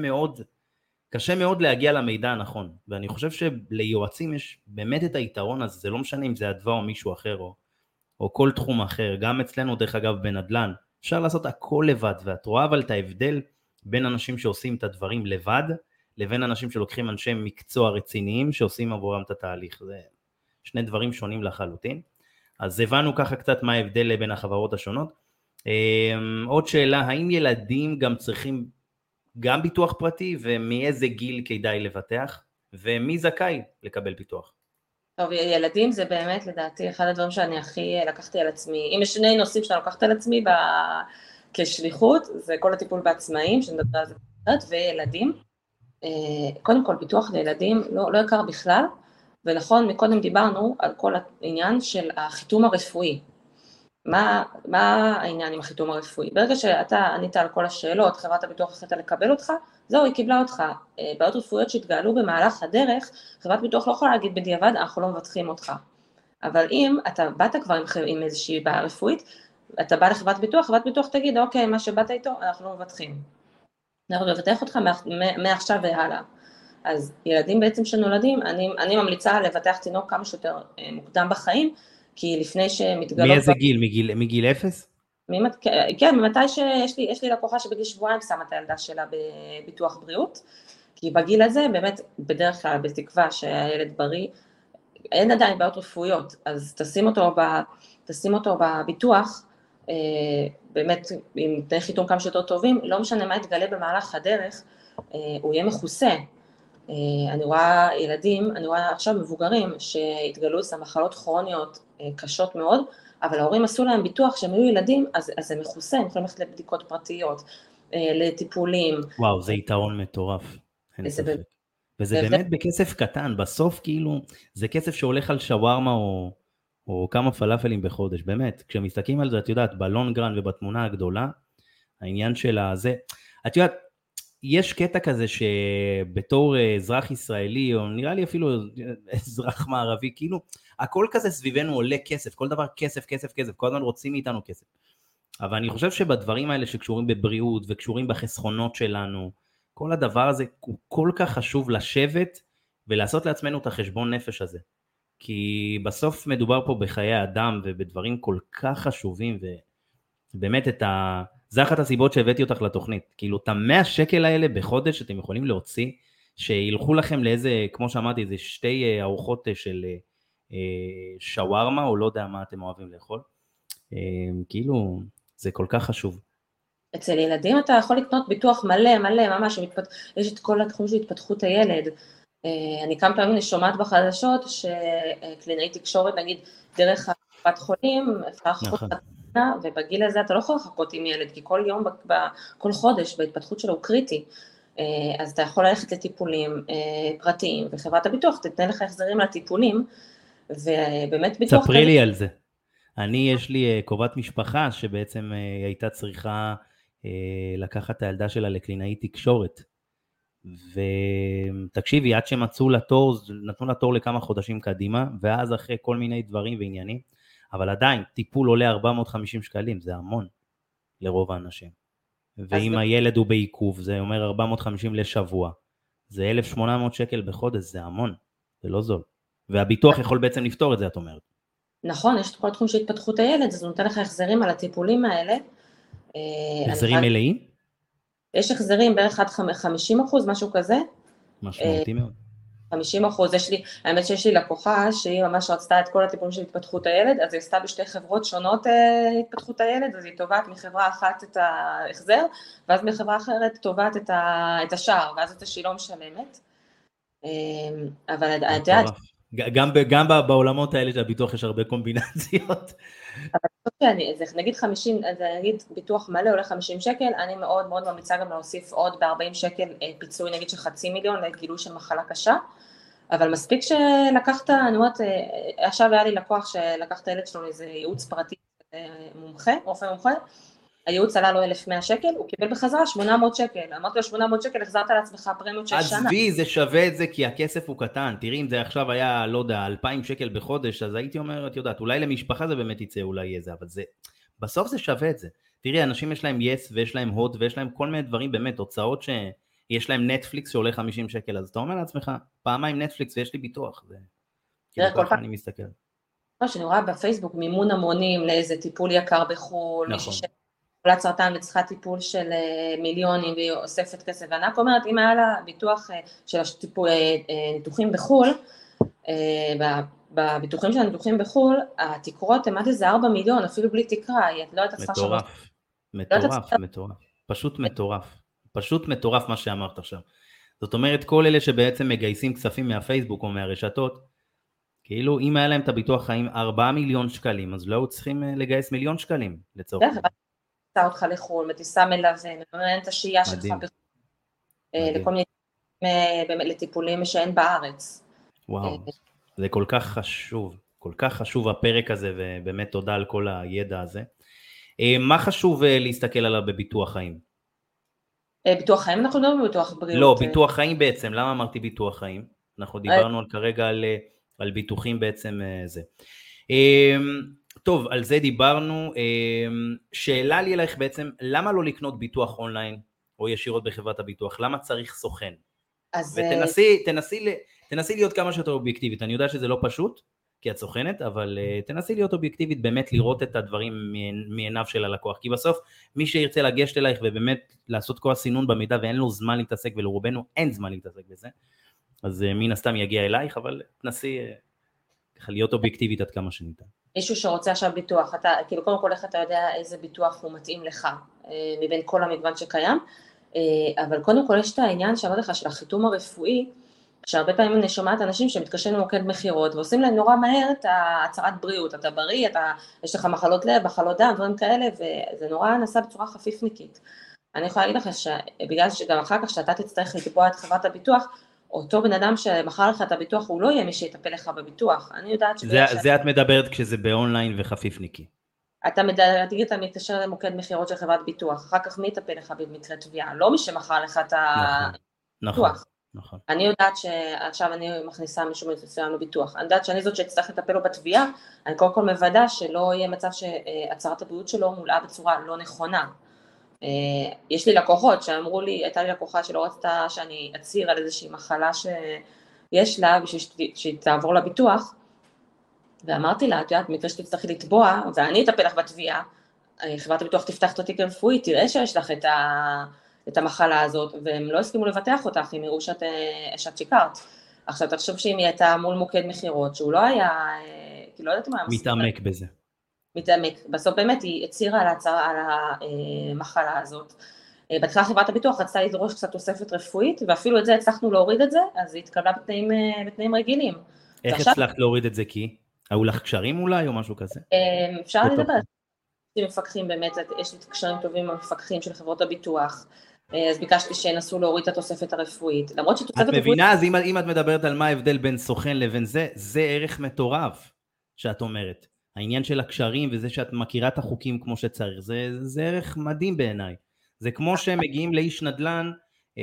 קשה מאוד להגיע למידע הנכון, ואני חושב שליועצים יש באמת את היתרון הזה, זה לא משנה אם זה אדווה או מישהו אחר, או כל תחום אחר, גם אצלנו דרך אגב בנדל"ן, אפשר לעשות הכל לבד, ואת רואה אבל את ההבדל בין אנשים שעושים את הדברים לבד, לבין אנשים שלוקחים אנשי מקצוע רציניים, שעושים עבורם את התהליך, זה שני דברים שונים לחלוטין, אז הבנו ככה קצת מה ההבדל בין החברות השונות. עוד שאלה, האם ילדים גם צריכים גם ביטוח פרטי, ומאיזה גיל כדאי לבטח, ומי זכאי לקבל ביטוח? טוב, ילדים זה באמת לדעתי אחד הדברים שאני הכי לקחתי על עצמי, אם יש שני נושאים שאני לקחת על עצמי כשליחות, זה כל הטיפול בעצמאים, שנדבר על זה קצת, וילדים. קודם כל, ביטוח לילדים לא יקר בכלל, ונכון, מקודם דיברנו על כל העניין של החיתום הרפואי. מה העניין עם החיתום הרפואי? ברגע שאתה ענית על כל השאלות, חברת הביטוח החליטה לקבל אותך, זהו, היא קיבלה אותך. בעיות רפואיות שהתגלו במהלך הדרך, חברת ביטוח לא יכולה להגיד בדיעבד, אנחנו לא מבטחים אותך. אבל אם אתה באת כבר עם איזושהי בעיה רפואית, אתה בא לחברת ביטוח, חברת ביטוח תגיד, אוקיי, מה שבאת איתו, אנחנו לא מבטחים. אנחנו נבטח אותך מעכשיו והלאה. אז ילדים בעצם שנולדים, אני ממליצה לבטח תינוק כמה שיותר מוקדם בחיים, כי לפני שמתגלות... מאיזה גיל? מגיל 0? כן, ממתי שיש לי לקוחה שבגיל שבועיים שמה את הילדה שלה בביטוח בריאות, כי בגיל הזה באמת בדרך כלל בתקווה שהילד בריא, אין עדיין בעיות רפואיות, אז תשים אותו בביטוח, באמת עם תנאי חיתום כמה שיותר טובים, לא משנה מה יתגלה במהלך הדרך, הוא יהיה מכוסה. אני רואה ילדים, אני רואה עכשיו מבוגרים שהתגלו אצלם מחלות כרוניות קשות מאוד, אבל ההורים עשו להם ביטוח שהם היו ילדים, אז זה מכוסה, הם יכולים ללכת לבדיקות פרטיות, לטיפולים. וואו, זה יתרון מטורף, אין ספק. וזה באמת בכסף קטן, בסוף כאילו, זה כסף שהולך על שווארמה או כמה פלאפלים בחודש, באמת. כשמסתכלים על זה, את יודעת, בלונגרן ובתמונה הגדולה, העניין של הזה, את יודעת, יש קטע כזה שבתור אזרח ישראלי, או נראה לי אפילו אזרח מערבי, כאילו, הכל כזה סביבנו עולה כסף, כל דבר כסף, כסף, כסף, כל הזמן רוצים מאיתנו כסף. אבל אני חושב שבדברים האלה שקשורים בבריאות וקשורים בחסכונות שלנו, כל הדבר הזה הוא כל כך חשוב לשבת ולעשות לעצמנו את החשבון נפש הזה. כי בסוף מדובר פה בחיי אדם ובדברים כל כך חשובים, ובאמת זה אחת הסיבות שהבאתי אותך לתוכנית. כאילו את ה100 שקל האלה בחודש שאתם יכולים להוציא, שילכו לכם לאיזה, כמו שאמרתי, איזה 2 ארוחות של שווארמה, או לא יודע מה אתם אוהבים לאכול. כאילו זה כל כך חשוב. אצל ילדים אתה יכול לקנות ביטוח מלא, מלא, ממש, יש את כל התחום של התפתחות הילד. אני כמה פעמים שומעת בחדשות שקלינאי תקשורת, נגיד, דרך הקופת חולים, אפשר לחכות חתונה, ובגיל הזה אתה לא יכול לחכות עם ילד, כי כל יום, כל חודש בהתפתחות שלו הוא קריטי. אז אתה יכול ללכת לטיפולים פרטיים, וחברת הביטוח תתן לך החזרים לטיפולים, ובאמת ביטוח... ספרי לי על זה. יש לי קרובת משפחה שבעצם הייתה צריכה לקחת את הילדה שלה לקלינאי תקשורת, ותקשיבי, עד שמצאו לתור, נתנו לתור לכמה חודשים קדימה, ואז אחרי כל מיני דברים ועניינים, אבל עדיין טיפול עולה 450 שקלים, זה המון לרוב האנשים, ואם הילד הוא בעיכוב, זה אומר 450 לשבוע, זה 1,800 שקל בחודש, זה המון, זה לא זול, והביטוח יכול בעצם לפתור את זה, את אומרת. נכון, יש את כל התחום של התפתחות הילד, אז הוא נותן לך החזרים על הטיפולים האלה. החזרים מלאים? יש החזרים בערך עד 50%, משהו כזה. משמעותי מאוד. 50%, האמת שיש לי לקוחה שהיא ממש רצתה את כל הטיפולים של התפתחות הילד, אז היא עשתה בשתי חברות שונות התפתחות הילד, אז היא תובעת מחברה אחת את ההחזר, ואז מחברה אחרת תובעת את השאר, ואז את שהיא לא משלמת. אבל את יודעת... גם בעולמות האלה של הביטוח יש הרבה קומבינציות. אבל נגיד 50, נגיד ביטוח מלא עולה 50 שקל, אני מאוד מאוד ממליצה גם להוסיף עוד ב-40 שקל פיצוי נגיד של 500,000 לגילוי של מחלה קשה, אבל מספיק שלקחת, אני אומרת, עכשיו היה לי לקוח שלקח את הילד שלו לאיזה ייעוץ פרטי מומחה, רופא מומחה, הייעוץ עלה לו 1,100 שקל, הוא קיבל בחזרה 800 שקל, אמרתי לו 800 שקל, החזרת לעצמך פרמיות של שנה. עזבי, זה שווה את זה כי הכסף הוא קטן, תראי אם זה עכשיו היה, לא יודע, 2,000 שקל בחודש, אז הייתי אומר, את יודעת, אולי למשפחה זה באמת יצא, אולי יהיה זה, אבל זה, בסוף זה שווה את זה. תראי, אנשים יש להם יס ויש להם הוד ויש להם כל מיני דברים, באמת, הוצאות שיש להם נטפליקס שעולה 50 שקל, אז אתה אומר לעצמך, פעמיים נטפליקס ויש לי ביטוח, זה כאילו ככה אני מסתכל. שאני רואה בפייסבוק מימון המונים לאיזה טיפול יקר בחול, חולת סרטן וצריכה טיפול של מיליונים והיא אוספת כסף, ואני רק אומרת, אם היה לה ביטוח של ניתוחים בחול, בביטוחים של הניתוחים בחול, התקרות הם עד איזה 4 מיליון, אפילו בלי תקרה, היא לא הייתה צריכה שווה. מטורף, פשוט מטורף מה שאמרת עכשיו. זאת אומרת, כל אלה שבעצם מגייסים כספים מהפייסבוק או מהרשתות, כאילו אם היה להם את הביטוח חיים 4 מיליון שקלים, אז לא צריכים לגייס 1 מיליון שקלים לצורך. מטיסה אותך לחול, מטיסה מלווה, מממן את השהייה שלך לכל מיני לטיפולים שאין בארץ. וואו, זה כל כך חשוב, כל כך חשוב הפרק הזה, ובאמת תודה על כל הידע הזה. מה חשוב להסתכל עליו בביטוח חיים? ביטוח חיים אנחנו מדברים בביטוח בריאות. לא, ביטוח חיים בעצם, למה אמרתי ביטוח חיים? אנחנו דיברנו כרגע על ביטוחים בעצם זה. טוב, על זה דיברנו. שאלה לי אלייך בעצם, למה לא לקנות ביטוח אונליין או ישירות בחברת הביטוח? למה צריך סוכן? ותנסי להיות כמה שיותר אובייקטיבית. אני יודע שזה לא פשוט, כי את סוכנת, אבל תנסי להיות אובייקטיבית, באמת לראות את הדברים מעיניו של הלקוח, כי בסוף מי שירצה לגשת אלייך ובאמת לעשות כל הסינון במידע ואין לו זמן להתעסק, ולרובנו אין זמן להתעסק בזה, אז מן הסתם יגיע אלייך, אבל תנסי להיות אובייקטיבית עד כמה שניתן. מישהו שרוצה עכשיו ביטוח, אתה, כאילו קודם כל איך אתה יודע איזה ביטוח הוא מתאים לך, מבין כל המגוון שקיים, אבל קודם כל יש את העניין שאמרתי לך של החיתום הרפואי, שהרבה פעמים אני שומעת אנשים שמתקשרים למוקד מחירות, ועושים להם נורא מהר את הצהרת בריאות, אתה בריא, יש לך מחלות לב, מחלות דם, דברים כאלה, וזה נורא נעשה בצורה חפיפניקית. אני יכולה להגיד לך שבגלל שגם אחר כך שאתה תצטרך לתבוע את חברת הביטוח, אותו בן אדם שמכר לך את הביטוח, הוא לא יהיה מי שיטפל לך בביטוח. אני יודעת זה את מדברת כשזה באונליין וחפיפניקי. אתה מתקשר למוקד מחירות של חברת ביטוח, אחר כך מי יטפל לך במקרה תביעה? לא מי שמכר לך את הביטוח. נכון. אני יודעת שעכשיו אני מכניסה מישהו מסוים לביטוח, אני יודעת שאני זאת שצריך לטפל לו בתביעה, אני קודם כל מוודא שלא יהיה מצב שהצהרת הבריאות שלו מולאה בצורה לא נכונה. יש לי לקוחות שאמרו לי, הייתה לי לקוחה שלא רצתה שאני אצהיר על איזושהי מחלה שיש לה בשביל שהיא תעבור לביטוח, ואמרתי לה, את יודעת, מקרה שתצטרכי לתבוע, ואני אטפל לך בתביעה, חברת הביטוח תפתח את התיק הרפואי, תראה שיש לך את המחלה הזאת, והם לא הסכימו לבטח אותך, אם יראו שאת שיקרת. עכשיו תחשוב שאם היא הייתה מול מוקד מחירות, שהוא לא היה, כי לא יודעת מה... מתעמק בזה. מתעמק. בסוף באמת היא הצהירה על המחלה הזאת. בהתחלה חברת הביטוח רצתה לדרוש קצת תוספת רפואית, ואפילו את זה הצלחנו להוריד את זה, אז היא התקבלה בתנאים רגילים. איך הצלחת להוריד את זה? כי היו לך קשרים אולי או משהו כזה? אפשר לדבר. יש לי מפקחים באמת, יש לי קשרים טובים עם המפקחים של חברות הביטוח, אז ביקשתי שינסו להוריד את התוספת הרפואית. למרות שתוספת רפואית... את מבינה? אז אם את מדברת על מה ההבדל בין סוכן לבין זה ערך מטורף שאת אומרת. העניין של הקשרים וזה שאת מכירה את החוקים כמו שצריך, זה ערך מדהים בעיניי. זה כמו שהם מגיעים לאיש נדל"ן,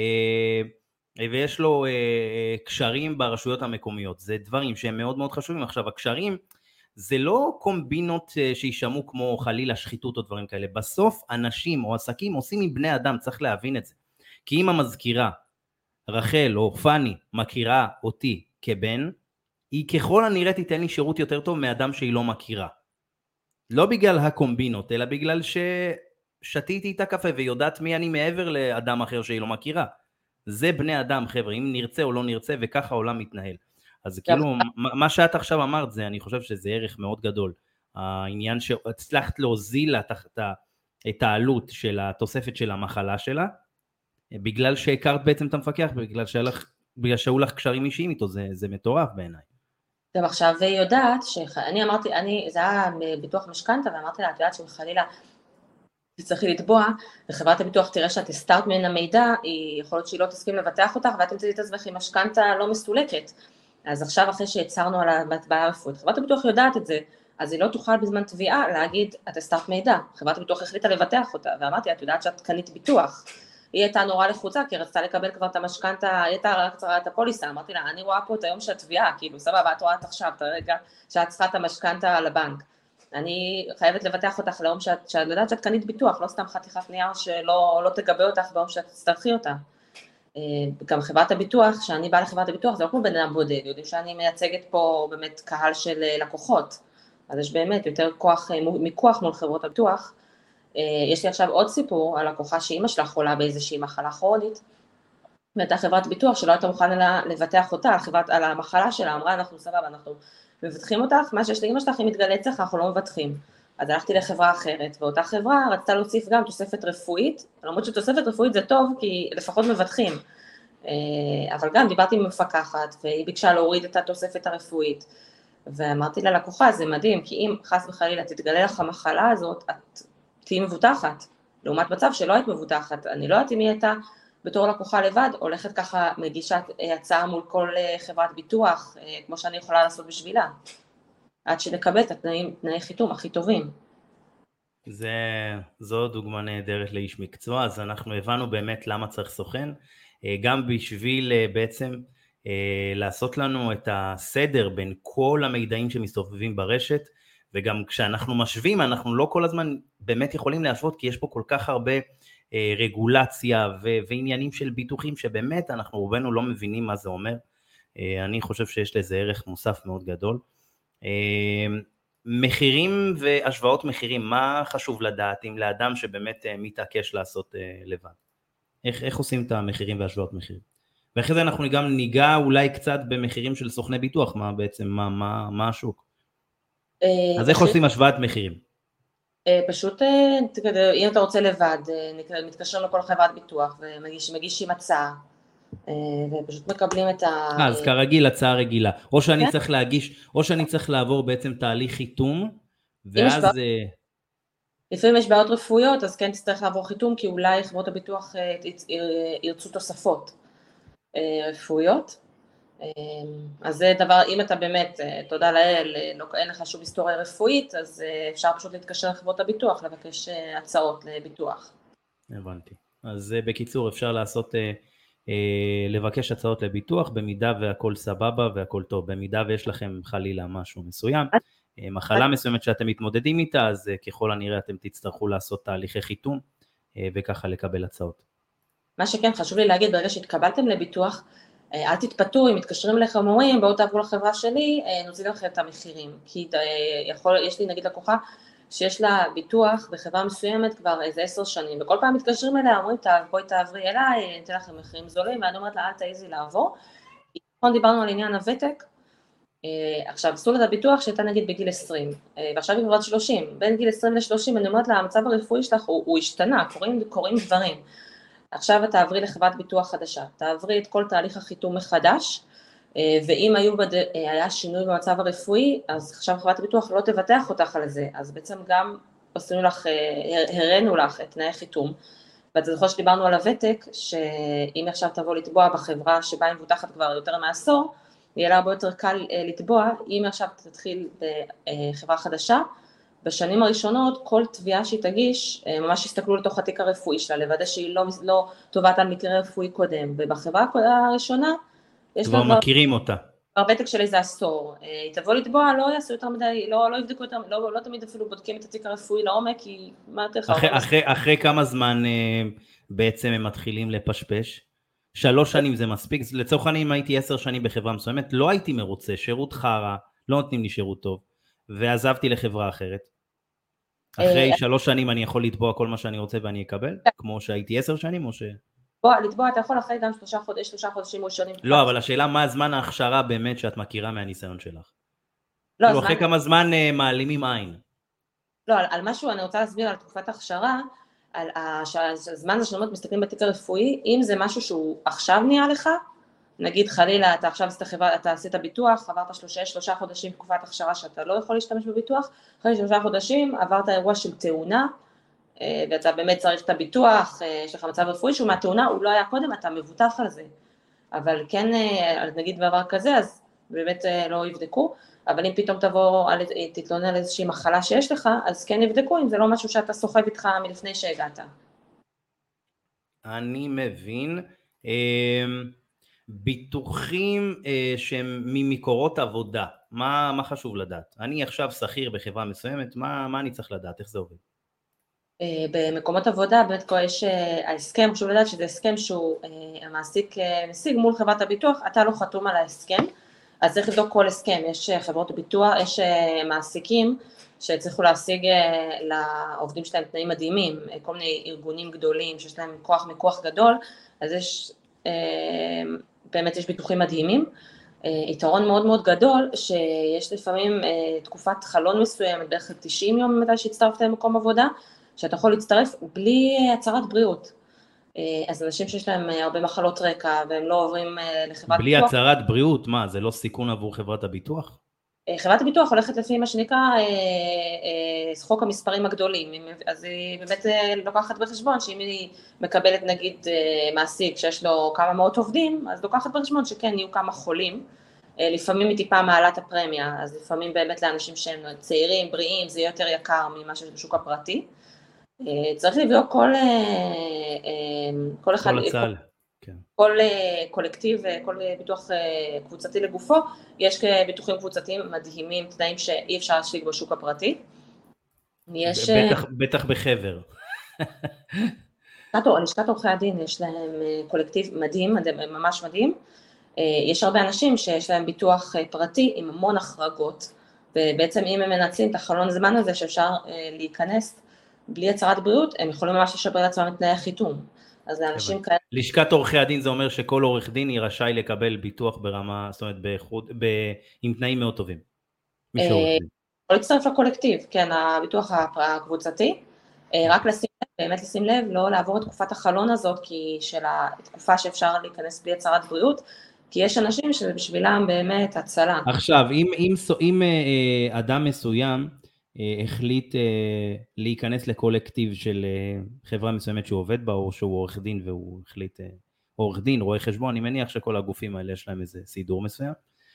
ויש לו קשרים ברשויות המקומיות. זה דברים שהם מאוד מאוד חשובים. עכשיו, הקשרים זה לא קומבינות שישמעו כמו חלילה שחיתות או דברים כאלה. בסוף אנשים או עסקים עושים עם בני אדם, צריך להבין את זה. כי אם המזכירה, רחל או פני, מכירה אותי כבן, היא ככל הנראה תיתן לי שירות יותר טוב מאדם שהיא לא מכירה. לא בגלל הקומבינות, אלא בגלל ששתיתי את הקפה ויודעת מי אני מעבר לאדם אחר שהיא לא מכירה. זה בני אדם, חבר'ה, אם נרצה או לא נרצה, וככה העולם מתנהל. אז כאילו, מה שאת עכשיו אמרת זה, אני חושב שזה ערך מאוד גדול. העניין שהצלחת להוזיל את העלות של התוספת של המחלה שלה, בגלל שהכרת בעצם את המפקח, בגלל שהיו לך קשרים אישיים איתו, זה מטורף בעיניי. גם עכשיו היא יודעת, שאני אמרתי, זה היה ביטוח משכנתה, ואמרתי לה, את יודעת שחלילה תצטרכי לתבוע, וחברת הביטוח תראה שאת הסתרת מן המידע, היא יכול להיות שהיא לא תסכים לבטח אותך, ואת תמצאי את עצמך עם משכנתה לא מסולקת. אז עכשיו אחרי שהצהרנו על הבעיה הרפואית, חברת הביטוח יודעת את זה, אז היא לא תוכל בזמן תביעה להגיד, את הסתרת מידע. חברת הביטוח החליטה לבטח אותה, ואמרתי, את יודעת שאת קנית ביטוח. היא הייתה נורא לחוצה, כי רצתה לקבל כבר את המשכנתה, היא הייתה רק צריכה את הפוליסה, אמרתי לה, אני רואה פה את היום של התביעה, כאילו, סבבה, את רואה את עכשיו, את הרגע שאת צריכה את המשכנתה על הבנק. אני חייבת לבטח אותך ליום שאת יודעת שאת קנית ביטוח, לא סתם חתיכת נייר שלא תגבה אותך ביום שאת תצטרכי אותה. גם חברת הביטוח, שאני באה לחברת הביטוח, זה לא כמו בן אדם בודד, יודעים שאני מייצגת פה באמת קהל של לקוחות, אז יש באמת יותר מיקוח מול חברות הביטוח. יש לי עכשיו עוד סיפור על לקוחה שאימא שלה חולה באיזושהי מחלה כרונית, והייתה חברת ביטוח שלא הייתה מוכנה לבטח אותה, על המחלה שלה, אמרה, אנחנו סבבה, אנחנו מבטחים אותך, מה שיש לאמא שלך, אם מתגלה אצלך, אנחנו לא מבטחים. אז הלכתי לחברה אחרת, ואותה חברה רצתה להוסיף גם תוספת רפואית, למרות שתוספת רפואית זה טוב, כי לפחות מבטחים. אבל גם דיברתי עם מפקחת, והיא ביקשה להוריד את התוספת הרפואית, ואמרתי ללקוחה, זה מדהים, כי אם חס וחלילה תתגלה לך המחלה הזאת, את תהיי מבוטחת, לעומת מצב שלא היית מבוטחת. אני לא יודעת אם היא הייתה בתור לקוחה לבד, הולכת ככה מגישת הצעה מול כל חברת ביטוח, כמו שאני יכולה לעשות בשבילה, עד שנקבל את תנאי חיתום הכי טובים. זו דוגמה נהדרת לאיש מקצוע, אז אנחנו הבנו באמת למה צריך סוכן, גם בשביל בעצם לעשות לנו את הסדר בין כל המידעים שמסתובבים ברשת, וגם כשאנחנו משווים, אנחנו לא כל הזמן באמת יכולים להשוות, כי יש פה כל כך הרבה רגולציה ועניינים של ביטוחים, שבאמת אנחנו רובנו לא מבינים מה זה אומר. אני חושב שיש לזה ערך מוסף מאוד גדול. מחירים והשוואות מחירים, מה חשוב לדעת אם לאדם שבאמת מתעקש לעשות לבד? איך עושים את המחירים והשוואות מחירים? ואחרי זה אנחנו גם ניגע אולי קצת במחירים של סוכני ביטוח, מה בעצם, מה השוק? אז איך עושים השוואת מחירים? פשוט, אם אתה רוצה לבד, מתקשרים לכל חברת ביטוח ומגישים הצעה, ופשוט מקבלים את ה... אז כרגיל הצעה רגילה, או שאני צריך להגיש, או שאני צריך לעבור בעצם תהליך חיתום, ואז... לפעמים יש בעיות רפואיות, אז כן תצטרך לעבור חיתום, כי אולי חברות הביטוח ירצו תוספות רפואיות. אז זה דבר, אם אתה באמת, תודה לאל, אין לך שום היסטוריה רפואית, אז אפשר פשוט להתקשר לחברות הביטוח, לבקש הצעות לביטוח. הבנתי. אז בקיצור אפשר לעשות, לבקש הצעות לביטוח, במידה והכל סבבה והכל טוב, במידה ויש לכם חלילה משהו מסוים, מחלה מסוימת שאתם מתמודדים איתה, אז ככל הנראה אתם תצטרכו לעשות תהליכי חיתום, וככה לקבל הצעות. מה שכן חשוב לי להגיד, ברגע שהתקבלתם לביטוח, אל תתפתו, אם מתקשרים לכם אומרים, בואו תעברו לחברה שלי, נוזיל לכם את המחירים, כי יש לי נגיד לקוחה, שיש לה ביטוח בחברה מסוימת כבר איזה 10 שנים, וכל פעם מתקשרים אליה, אומרים, בואי תעברי אליי, נתן לכם מחירים זולים, ואני אומרת לה, אל תעיזי לעבור. נכון, דיברנו על עניין הוותק, עכשיו, עשו לה את הביטוח שהייתה נגיד בגיל 20, ועכשיו היא כבר 30, בין גיל 20 ל-30, אני אומרת לה, המצב הרפואי שלך הוא השתנה, קורים דברים. עכשיו את תעברי לחברת ביטוח חדשה, תעברי את כל תהליך החיתום מחדש, ואם היה שינוי במצב הרפואי, אז עכשיו חברת הביטוח לא תבטח אותך על זה, אז בעצם גם הראינו לך את תנאי חיתום, ואתה זוכר שדיברנו על הוותק, שאם עכשיו תבוא לתבוע בחברה שבה היא מבוטחת כבר יותר מעשור, יהיה לה הרבה יותר קל לתבוע, אם עכשיו תתחיל בחברה חדשה, בשנים הראשונות כל תביעה שהיא תגיש, ממש הסתכלו לתוך התיק הרפואי שלה, לוודא שהיא לא טובעת על מקרה רפואי קודם, ובחברה הראשונה, יש לה כבר מכירים אותה. ותק של איזה עשור, היא תבוא לתבוע, לא יעשו יותר מדי, לא יבדקו יותר, לא תמיד אפילו בודקים את התיק הרפואי לעומק, כי מה יותר חרוב? אחרי כמה זמן בעצם הם מתחילים לפשפש? 3 שנים זה מספיק, לצורך העניין אם הייתי 10 שנים בחברה מסוימת, לא הייתי מרוצה, שירות חרה, לא נותנים לי שירות טוב, ועזבתי לחברה אחרת. אחרי 3 שנים אני יכול לתבוע כל מה שאני רוצה ואני אקבל, כמו שהייתי 10 שנים או ש... לתבוע אתה יכול אחרי גם 3 חודשים ראשונים. לא, אבל השאלה מה הזמן ההכשרה באמת שאת מכירה מהניסיון שלך? לא, אחרי כמה זמן מעלימים עין? לא, על משהו אני רוצה להסביר על תקופת ההכשרה, על הזמן הזה שאנחנו מסתכלים בתיק הרפואי, אם זה משהו שהוא עכשיו נהיה לך, נגיד חלילה, אתה עכשיו עשית ביטוח, עברת 3 חודשים תקופת הכשרה שאתה לא יכול להשתמש בביטוח, אחרי 3 חודשים עברת אירוע של תאונה, ואתה באמת צריך את הביטוח, יש לך מצב רפואי שהוא מהתאונה, הוא לא היה קודם, אתה מבוטח על זה. אבל כן, נגיד דבר כזה, אז באמת לא יבדקו, אבל אם פתאום תתלונן על איזושהי מחלה שיש לך, אז כן יבדקו אם זה לא משהו שאתה סוחב איתך מלפני שהגעת. אני מבין. ביטוחים שהם ממקורות עבודה, מה חשוב לדעת? אני עכשיו שכיר בחברה מסוימת, מה אני צריך לדעת? איך זה עובד? במקומות עבודה, באמת יש ההסכם, חשוב לדעת שזה הסכם שהוא המעסיק משיג מול חברת הביטוח, אתה לא חתום על ההסכם, אז צריך לבדוק כל הסכם, יש חברות ביטוח, יש מעסיקים שצריכו להשיג לעובדים שלהם תנאים מדהימים, כל מיני ארגונים גדולים שיש להם מיקוח גדול, אז באמת יש ביטוחים מדהימים, יתרון מאוד מאוד גדול, שיש לפעמים תקופת חלון מסוימת, בערך 90 יום מתי שהצטרפת למקום עבודה, שאתה יכול להצטרף בלי הצהרת בריאות. אז אנשים שיש להם הרבה מחלות רקע, והם לא עוברים לחברת בלי ביטוח. הצהרת בריאות, מה, זה לא סיכון עבור חברת הביטוח? חברת הביטוח הולכת לפי מה שנקרא חוק המספרים הגדולים, אז היא באמת לוקחת בחשבון שאם היא מקבלת נגיד מעסיק שיש לו כמה מאות עובדים, אז לוקחת בחשבון שכן יהיו כמה חולים, לפעמים היא טיפה מעלת הפרמיה, אז לפעמים באמת לאנשים שהם צעירים, בריאים, זה יהיה יותר יקר ממה שיש בשוק הפרטי. צריך לבדוק כל אחד, כל קולקטיב, כל ביטוח קבוצתי לגופו, יש ביטוחים קבוצתיים מדהימים, תנאים שאי אפשר להשיג בשוק הפרטי. בטח בחבר. לשכת עורכי הדין יש להם קולקטיב מדהים, ממש מדהים. יש הרבה אנשים שיש להם ביטוח פרטי עם המון החרגות, ובעצם אם הם מנצלים את החלון זמן הזה שאפשר להיכנס בלי הצהרת בריאות, הם יכולים ממש לשפר לעצמם את תנאי החיתום. אז לאנשים כאלה... לשכת עורכי הדין זה אומר שכל עורך דין היא רשאי לקבל ביטוח ברמה, זאת אומרת, עם תנאים מאוד טובים. מי שעורך דין. או להצטרף לקולקטיב, כן, הביטוח הקבוצתי, רק באמת לשים לב, לא לעבור את תקופת החלון הזאת, כי של התקופה שאפשר להיכנס בלי הצהרת בריאות, כי יש אנשים שזה בשבילם באמת הצלה. עכשיו, אם אדם מסוים החליט להיכנס לקולקטיב של חברה מסוימת שהוא עובד בה, או שהוא עורך דין והוא החליט, עורך דין, רואה חשבון, אני מניח שכל הגופים האלה יש להם איזה סידור מסוים,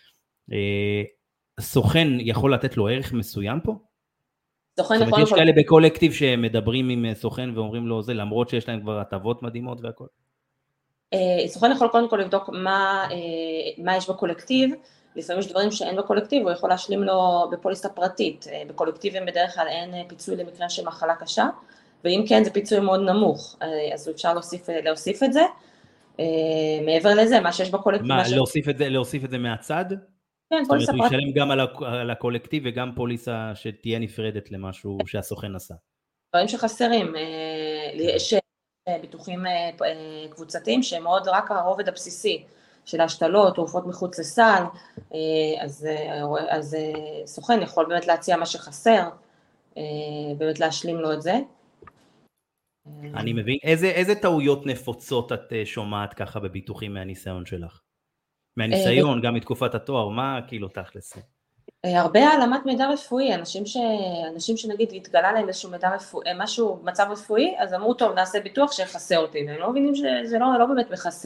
סוכן יכול לתת לו ערך מסוים פה? זאת אומרת, יש כאלה בקולקטיב שמדברים עם סוכן ואומרים לו זה, למרות שיש להם כבר הטבות מדהימות והכל? סוכן יכול קודם כל לבדוק מה יש בקולקטיב, לפעמים יש דברים שאין בקולקטיב, הוא יכול להשלים לו בפוליסה פרטית, בקולקטיבים בדרך כלל אין פיצוי למקרה של מחלה קשה, ואם כן זה פיצוי מאוד נמוך, אז אפשר להוסיף את זה, מעבר לזה, מה שיש בקולקטיב... מה, להוסיף את זה מהצד? כן, פוליסה פרטית. זאת אומרת, הוא ישלם גם על הקולקטיב וגם פוליסה שתהיה נפרדת למשהו שהסוכן עשה. דברים שחסרים, יש ביטוחים קבוצתיים שהם מאוד רק הרובד הבסיסי של ההשתלות, תרופות מחוץ לסל, אז סוכן יכול באמת להציע מה שחסר, באמת להשלים לו את זה. אני מבין. איזה טעויות נפוצות את שומעת ככה בביטוחים מהניסיון שלך? מהניסיון, גם מתקופת התואר, מה כאילו תכלס? הרבה העלמת מידע רפואי, אנשים שנגיד התגלה להם איזשהו מידע רפואי, משהו, מצב רפואי, אז אמרו טוב, נעשה ביטוח שיחסה אותי, והם לא מבינים שזה לא באמת מכסה.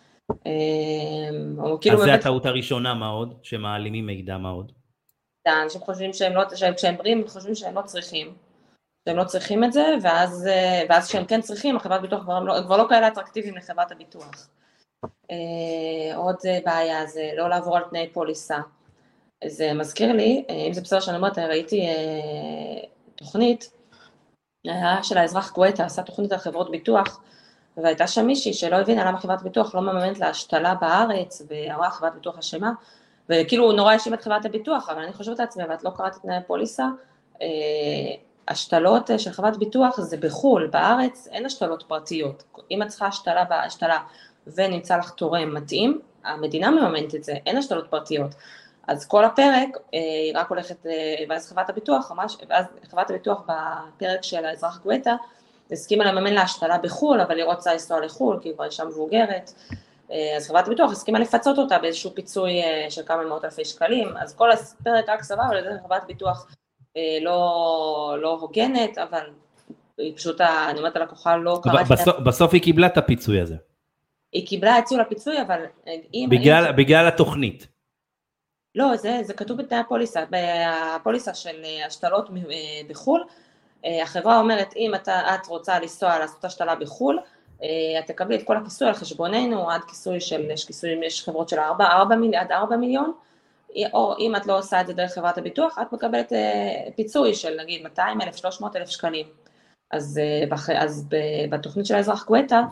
אז זה הטעות הראשונה, מה עוד? שמעלימים מידע, מה עוד? אנשים חושבים שכשהם בריאים, הם חושבים שהם לא צריכים את זה, ואז כשהם כן צריכים, החברת ביטוח כבר לא כאלה אטרקטיביים לחברת הביטוח. עוד בעיה זה לא לעבור על תנאי פוליסה. זה מזכיר לי, אם זה בסדר שאני אומרת, ראיתי תוכנית, של האזרח גואטה, עשה תוכנית על חברות ביטוח, והייתה שם מישהי שלא הבינה למה חברת ביטוח לא מממנת לה השתלה בארץ, ואמרה חברת ביטוח אשמה, וכאילו הוא נורא האשים את חברת הביטוח, אבל אני חושבת לעצמי, ואת לא קראת את תנאי הפוליסה, השתלות של חברת ביטוח זה בחול, בארץ אין השתלות פרטיות, אם את צריכה השתלה ונמצא לך תורם מתאים, המדינה מממנת את זה, אין השתלות פרטיות, אז כל הפרק היא רק הולכת, ואז חברת הביטוח, ואז חברת הביטוח בפרק של האזרח גואטה, הסכימה לממן לה השתלה בחול, אבל היא רוצה לנסוע לחול, כי היא כבר אישה מבוגרת, אז חברת הביטוח הסכימה לפצות אותה באיזשהו פיצוי של כמה מאות אלפי שקלים, אז כל הפרק רק סבבה, ולזה חברת ביטוח לא הוגנת, אבל היא פשוט, אני אומרת הלקוחה לא קראת... בסוף היא קיבלה את הפיצוי הזה. היא קיבלה הציעו לפיצוי, אבל... בגלל התוכנית. לא, זה כתוב בתנאי הפוליסה, בפוליסה של השתלות בחול, החברה אומרת, אם את רוצה לנסוע לעשות השתלה בחול, את תקבלי את כל הכיסוי על חשבוננו, עד כיסוי יש חברות של 4 מיליון, או אם את לא עושה את זה דרך חברת הביטוח, את מקבלת פיצוי של נגיד 200,000, 300,000 שקלים. אז בתוכנית של האזרח גואטה,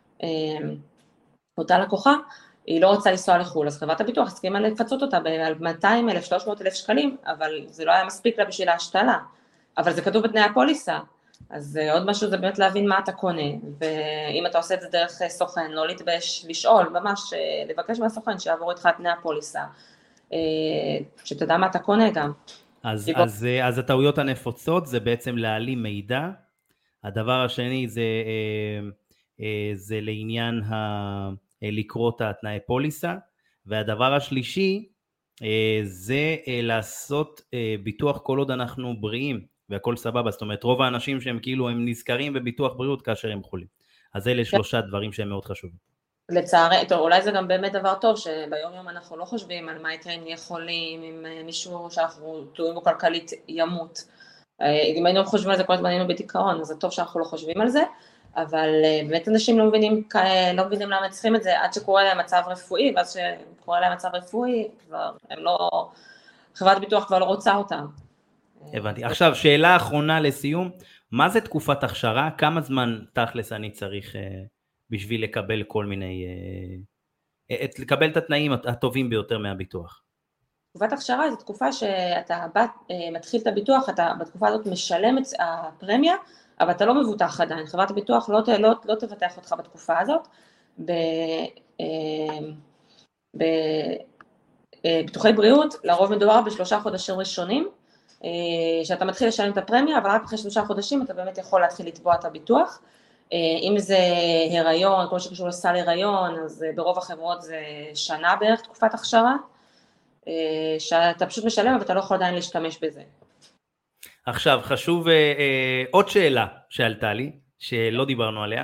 אותה לקוחה, היא לא רוצה לנסוע לחול, אז חברת הביטוח הסכימה לפצות אותה על 200,000, 300,000 שקלים, אבל זה לא היה מספיק לה בשביל ההשתלה, אבל זה כתוב בתנאי הפוליסה, אז עוד משהו זה באמת להבין מה אתה קונה, ואם אתה עושה את זה דרך סוכן, לא להתבייש לשאול, ממש לבקש מהסוכן שיעבור איתך את תנאי הפוליסה, שתדע מה אתה קונה גם. אז הטעויות הנפוצות זה בעצם להעלים מידע, הדבר השני זה לעניין לקרוא את התנאי פוליסה, והדבר השלישי זה לעשות ביטוח כל עוד אנחנו בריאים, והכל סבבה, זאת אומרת רוב האנשים שהם כאילו הם נזכרים בביטוח בריאות כאשר הם חולים, אז אלה 3 דברים שהם מאוד חשובים. לצערי, טוב, אולי זה גם באמת דבר טוב, שביום יום אנחנו לא חושבים על מה יקרה אם נהיה חולים, אם מישהו שאנחנו תלויים בו כלכלית ימות, אם היינו חושבים על זה כל הזמן היינו בדיכאון, אז זה טוב שאנחנו לא חושבים על זה, אבל באמת אנשים לא מבינים למה צריכים את זה, עד שקורה להם מצב רפואי, ואז שקורה להם מצב רפואי, כבר הם לא, חברת ביטוח כבר לא רוצה אותם. הבנתי. עכשיו, שאלה אחרונה לסיום, מה זה תקופת הכשרה? כמה זמן תכלס אני צריך בשביל לקבל כל מיני, לקבל את התנאים הטובים ביותר מהביטוח? תקופת הכשרה זו תקופה שאתה מתחיל את הביטוח, אתה בתקופה הזאת משלם את הפרמיה, אבל אתה לא מבוטח עדיין, חברת הביטוח לא תבטח אותך בתקופה הזאת, בביטוחי בריאות, לרוב מדובר ב3 חודשים ראשונים, שאתה מתחיל לשלם את הפרמיה, אבל רק אחרי 3 חודשים אתה באמת יכול להתחיל לתבוע את הביטוח, אם זה הריון, כל שקשור לסל הריון, אז ברוב החברות זה שנה בערך תקופת הכשרה, שאתה פשוט משלם, אבל אתה לא יכול עדיין להשתמש בזה. עכשיו, חשוב, עוד שאלה שעלתה לי, שלא דיברנו עליה,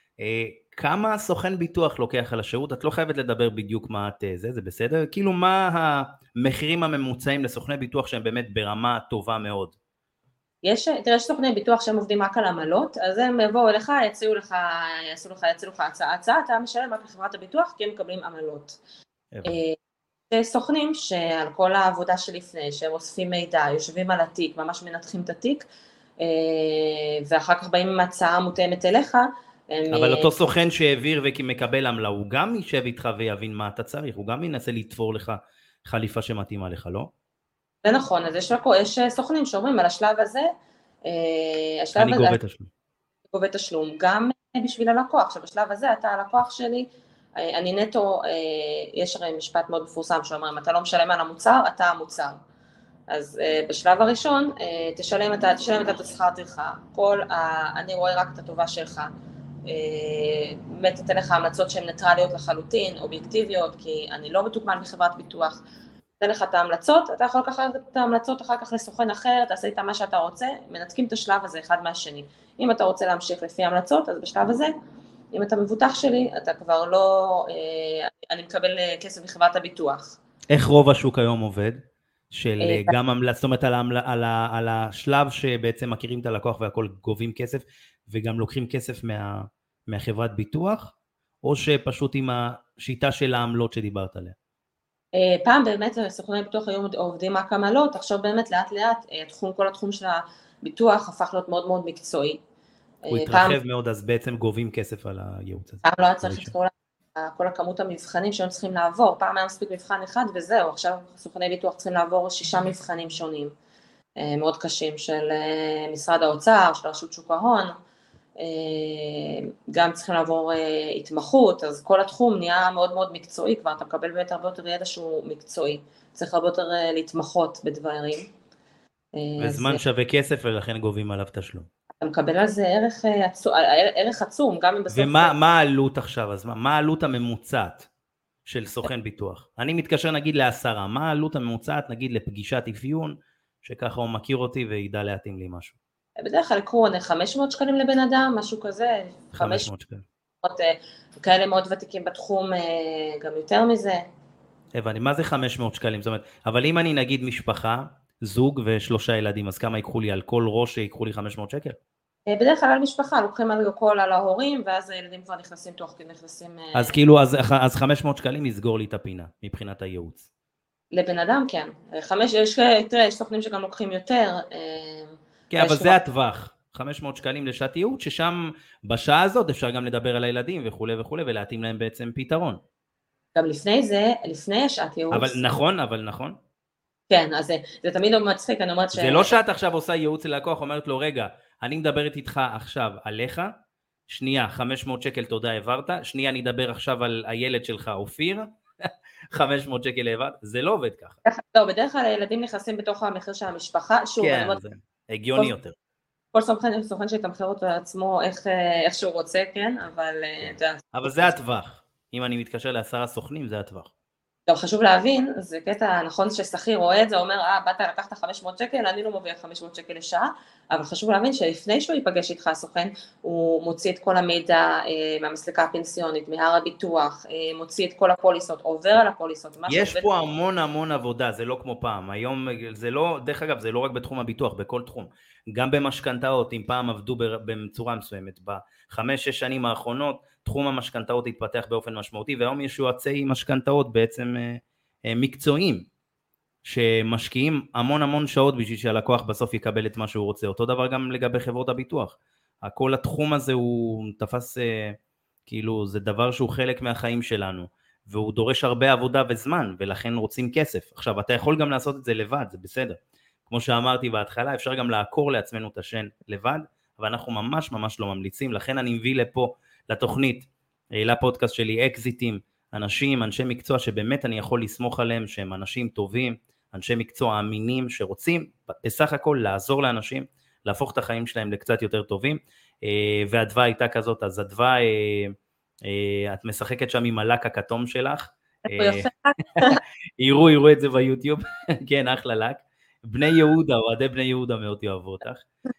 כמה סוכן ביטוח לוקח על השירות? את לא חייבת לדבר בדיוק מה זה בסדר? כאילו מה המחירים הממוצעים לסוכני ביטוח שהם באמת ברמה טובה מאוד? יש סוכני ביטוח שהם עובדים רק על עמלות, אז הם יבואו אליך, יציעו לך הצעה, אתה משלם רק לחברת הביטוח, כי הם מקבלים עמלות. סוכנים שעל כל העבודה שלפני, שהם אוספים מידע, יושבים על התיק, ממש מנתחים את התיק, ואחר כך באים עם הצעה מותאמת אליך. אבל אותו סוכן שהעביר ומקבל עמלה, הוא גם יישב איתך ויבין מה אתה צריך, הוא גם ינסה לתפור לך חליפה שמתאימה לך, לא? זה נכון, אז יש סוכנים שאומרים על השלב הזה, אני גובה תשלום, גם בשביל הלקוח, שבשלב הזה אתה הלקוח שלי, אני נטו, יש הרי משפט מאוד מפורסם שאומר, אם אתה לא משלם על המוצר, אתה המוצר. אז בשלב הראשון, תשלם את השכר טרחה, אני רואה רק את הטובה שלך, באמת אתן לך המלצות שהן ניטרליות לחלוטין, אובייקטיביות, כי אני לא מתוקמן בחברת ביטוח, אתן לך את ההמלצות, אתה יכול לקחת את ההמלצות אחר כך לסוכן אחר, תעשה איתה מה שאתה רוצה, מנתקים את השלב הזה אחד מהשני. אם אתה רוצה להמשיך לפי ההמלצות, אז בשלב הזה, אם אתה מבוטח שלי, אתה כבר לא, אני מקבל כסף מחברת הביטוח. איך רוב השוק היום עובד? של גם המלצות, זאת אומרת על השלב שבעצם מכירים את הלקוח והכל גובים כסף, וגם לוקחים כסף מהחברת ביטוח, או שפשוט עם השיטה של העמלות שדיברת עליה? פעם באמת סוכני ביטוח היו עובדים רק עמלות, עכשיו באמת לאט לאט כל התחום של הביטוח הפך להיות מאוד מאוד מקצועי. הוא התרחב מאוד, אז בעצם גובים כסף על הייעוץ הזה. פעם לא היה צריך את כל הכמות המבחנים שהם צריכים לעבור, פעם היה מספיק מבחן אחד וזהו, עכשיו סוכני ביטוח צריכים לעבור 6 מבחנים שונים, מאוד קשים, של משרד האוצר, של רשות שוק ההון, גם צריכים לעבור התמחות, אז כל התחום נהיה מאוד מאוד מקצועי, כבר אתה מקבל באמת הרבה יותר ידע שהוא מקצועי, צריך הרבה יותר להתמחות בדברים. וזמן שווה כסף ולכן גובים עליו תשלום. אתה מקבל על זה ערך עצום, גם אם בסוף... ומה העלות עכשיו? אז מה העלות הממוצעת של סוכן ביטוח? אני מתקשר נגיד ל10, מה העלות הממוצעת נגיד לפגישת אפיון, שככה הוא מכיר אותי וידע להתאים לי משהו? בדרך כלל קרו 500 שקלים לבן אדם, משהו כזה. 500 שקלים. כאלה מאוד ותיקים בתחום, גם יותר מזה. הבנתי, מה זה 500 שקלים? זאת אומרת, אבל אם אני נגיד משפחה, זוג ו3 ילדים, אז כמה ייקחו לי על כל ראש שיקחו לי 500 שקל? בדרך כלל על משפחה, לוקחים על כל על ההורים, ואז הילדים כבר נכנסים תוך כדי נכנסים... אז כאילו, אז 500 שקלים יסגור לי את הפינה, מבחינת הייעוץ. לבן אדם, כן. יש סוכנים שגם לוקחים יותר. כן, אבל זה הטווח. 500 שקלים לשעת ייעוץ, ששם בשעה הזאת אפשר גם לדבר על הילדים וכו' וכו', ולהתאים להם בעצם פתרון. גם לפני זה, לפני שעת ייעוץ. אבל נכון. כן, אז זה תמיד לא מצחיק, אני אומרת זה לא שאת עכשיו עושה ייעוץ ללקוח, אומרת לו, רגע, אני מדברת איתך עכשיו עליך, שנייה, 500 שקל תודה העברת, שנייה אני אדבר עכשיו על הילד שלך, אופיר, 500 שקל העברת, זה לא עובד ככה. לא, בדרך כלל הילדים נכנסים בתוך המחיר של המשפחה, שוב, כן, זה הגיוני יותר. כל סוכן שיתמחר אותו לעצמו איך שהוא רוצה, כן, אבל זה הטווח, אם אני מתקשר ל10 סוכנים, זה הטווח. גם חשוב להבין, זה קטע נכון ששכיר רואה את זה, אומר, באת לקחת 500 שקל, אני לא מוביל 500 שקל לשעה, אבל חשוב להבין שלפני שהוא ייפגש איתך הסוכן, הוא מוציא את כל המידע מהמסלקה הפנסיונית, מהר הביטוח, מוציא את כל הפוליסות, עובר על הפוליסות. יש פה המון עבודה, זה לא כמו פעם, היום זה לא, דרך אגב, זה לא רק בתחום הביטוח, בכל תחום, גם במשכנתאות, אם פעם עבדו בצורה מסוימת, ב5-6 שנים האחרונות, תחום המשכנתאות התפתח באופן משמעותי, והיום יש יועצי משכנתאות בעצם מקצועיים, שמשקיעים המון שעות בשביל שהלקוח בסוף יקבל את מה שהוא רוצה. אותו דבר גם לגבי חברות הביטוח. כל התחום הזה הוא תפס, כאילו זה דבר שהוא חלק מהחיים שלנו, והוא דורש הרבה עבודה וזמן, ולכן רוצים כסף. עכשיו, אתה יכול גם לעשות את זה לבד, זה בסדר. כמו שאמרתי בהתחלה, אפשר גם לעקור לעצמנו את השן לבד, אבל אנחנו ממש ממש לא ממליצים, לכן אני מביא לפה, לתוכנית, לפודקאסט שלי, אקזיטים, אנשים, אנשי מקצוע שבאמת אני יכול לסמוך עליהם, שהם אנשים טובים, אנשי מקצוע אמינים, שרוצים בסך הכל לעזור לאנשים, להפוך את החיים שלהם לקצת יותר טובים, והדווה הייתה כזאת, אז הדווה, את משחקת שם עם הלק הכתום שלך, יראו את זה ביוטיוב, כן, אחלה לק, בני יהודה, אוהדי בני יהודה מאוד יאהבו אותך,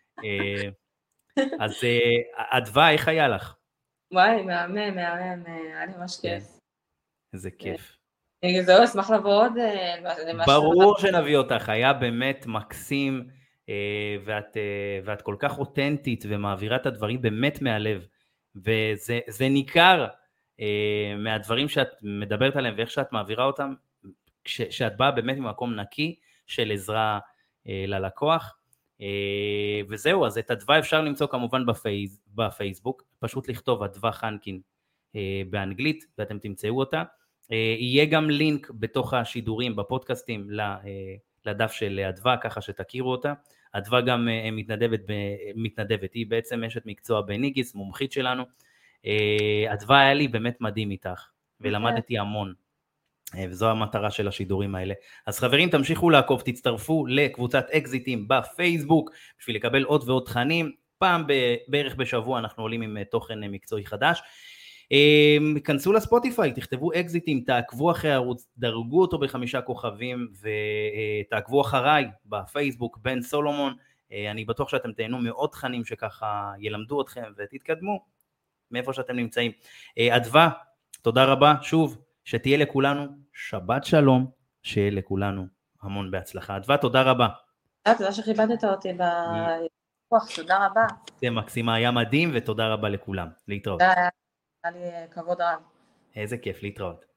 אז הדווה, איך היה לך? וואי, מהמם, היה לי ממש כיף. איזה כיף. זהו, אשמח לבוא עוד. ברור שנביא אותך, היה באמת מקסים, ואת כל כך אותנטית ומעבירה את הדברים באמת מהלב, וזה ניכר מהדברים שאת מדברת עליהם ואיך שאת מעבירה אותם, שאת באה באמת ממקום נקי של עזרה ללקוח, וזהו, אז את הדווה אפשר למצוא כמובן בפייסבוק, פשוט לכתוב הדווה חנקין באנגלית ואתם תמצאו אותה, יהיה גם לינק בתוך השידורים בפודקאסטים לדף של הדווה, ככה שתכירו אותה. הדווה גם מתנדבת, היא בעצם אשת מקצוע בניגיס, מומחית שלנו. הדווה היה לי באמת מדהים איתך, ולמדתי המון, וזו המטרה של השידורים האלה. אז חברים, תמשיכו לעקוב, תצטרפו לקבוצת אקזיטים בפייסבוק, בשביל לקבל עוד ועוד תכנים. פעם בערך בשבוע אנחנו עולים עם תוכן מקצועי חדש. כנסו לספוטיפיי, תכתבו אקזיטים, תעקבו אחרי הערוץ, דרגו אותו ב5 כוכבים, ותעקבו אחריי בפייסבוק, בן סולומון. אני בטוח שאתם תהנו מאוד תכנים שככה ילמדו אתכם ותתקדמו מאיפה שאתם נמצאים. הדווה, תודה רבה שוב, שתהיה לכולנו שבת שלום, שיהיה לכולנו המון בהצלחה. הדווה, תודה רבה. תודה שכיבדת אותי בכוח, תודה רבה. זה מקסימה, היה מדהים, ותודה רבה לכולם. להתראות. היה לי כבוד רב. איזה כיף, להתראות.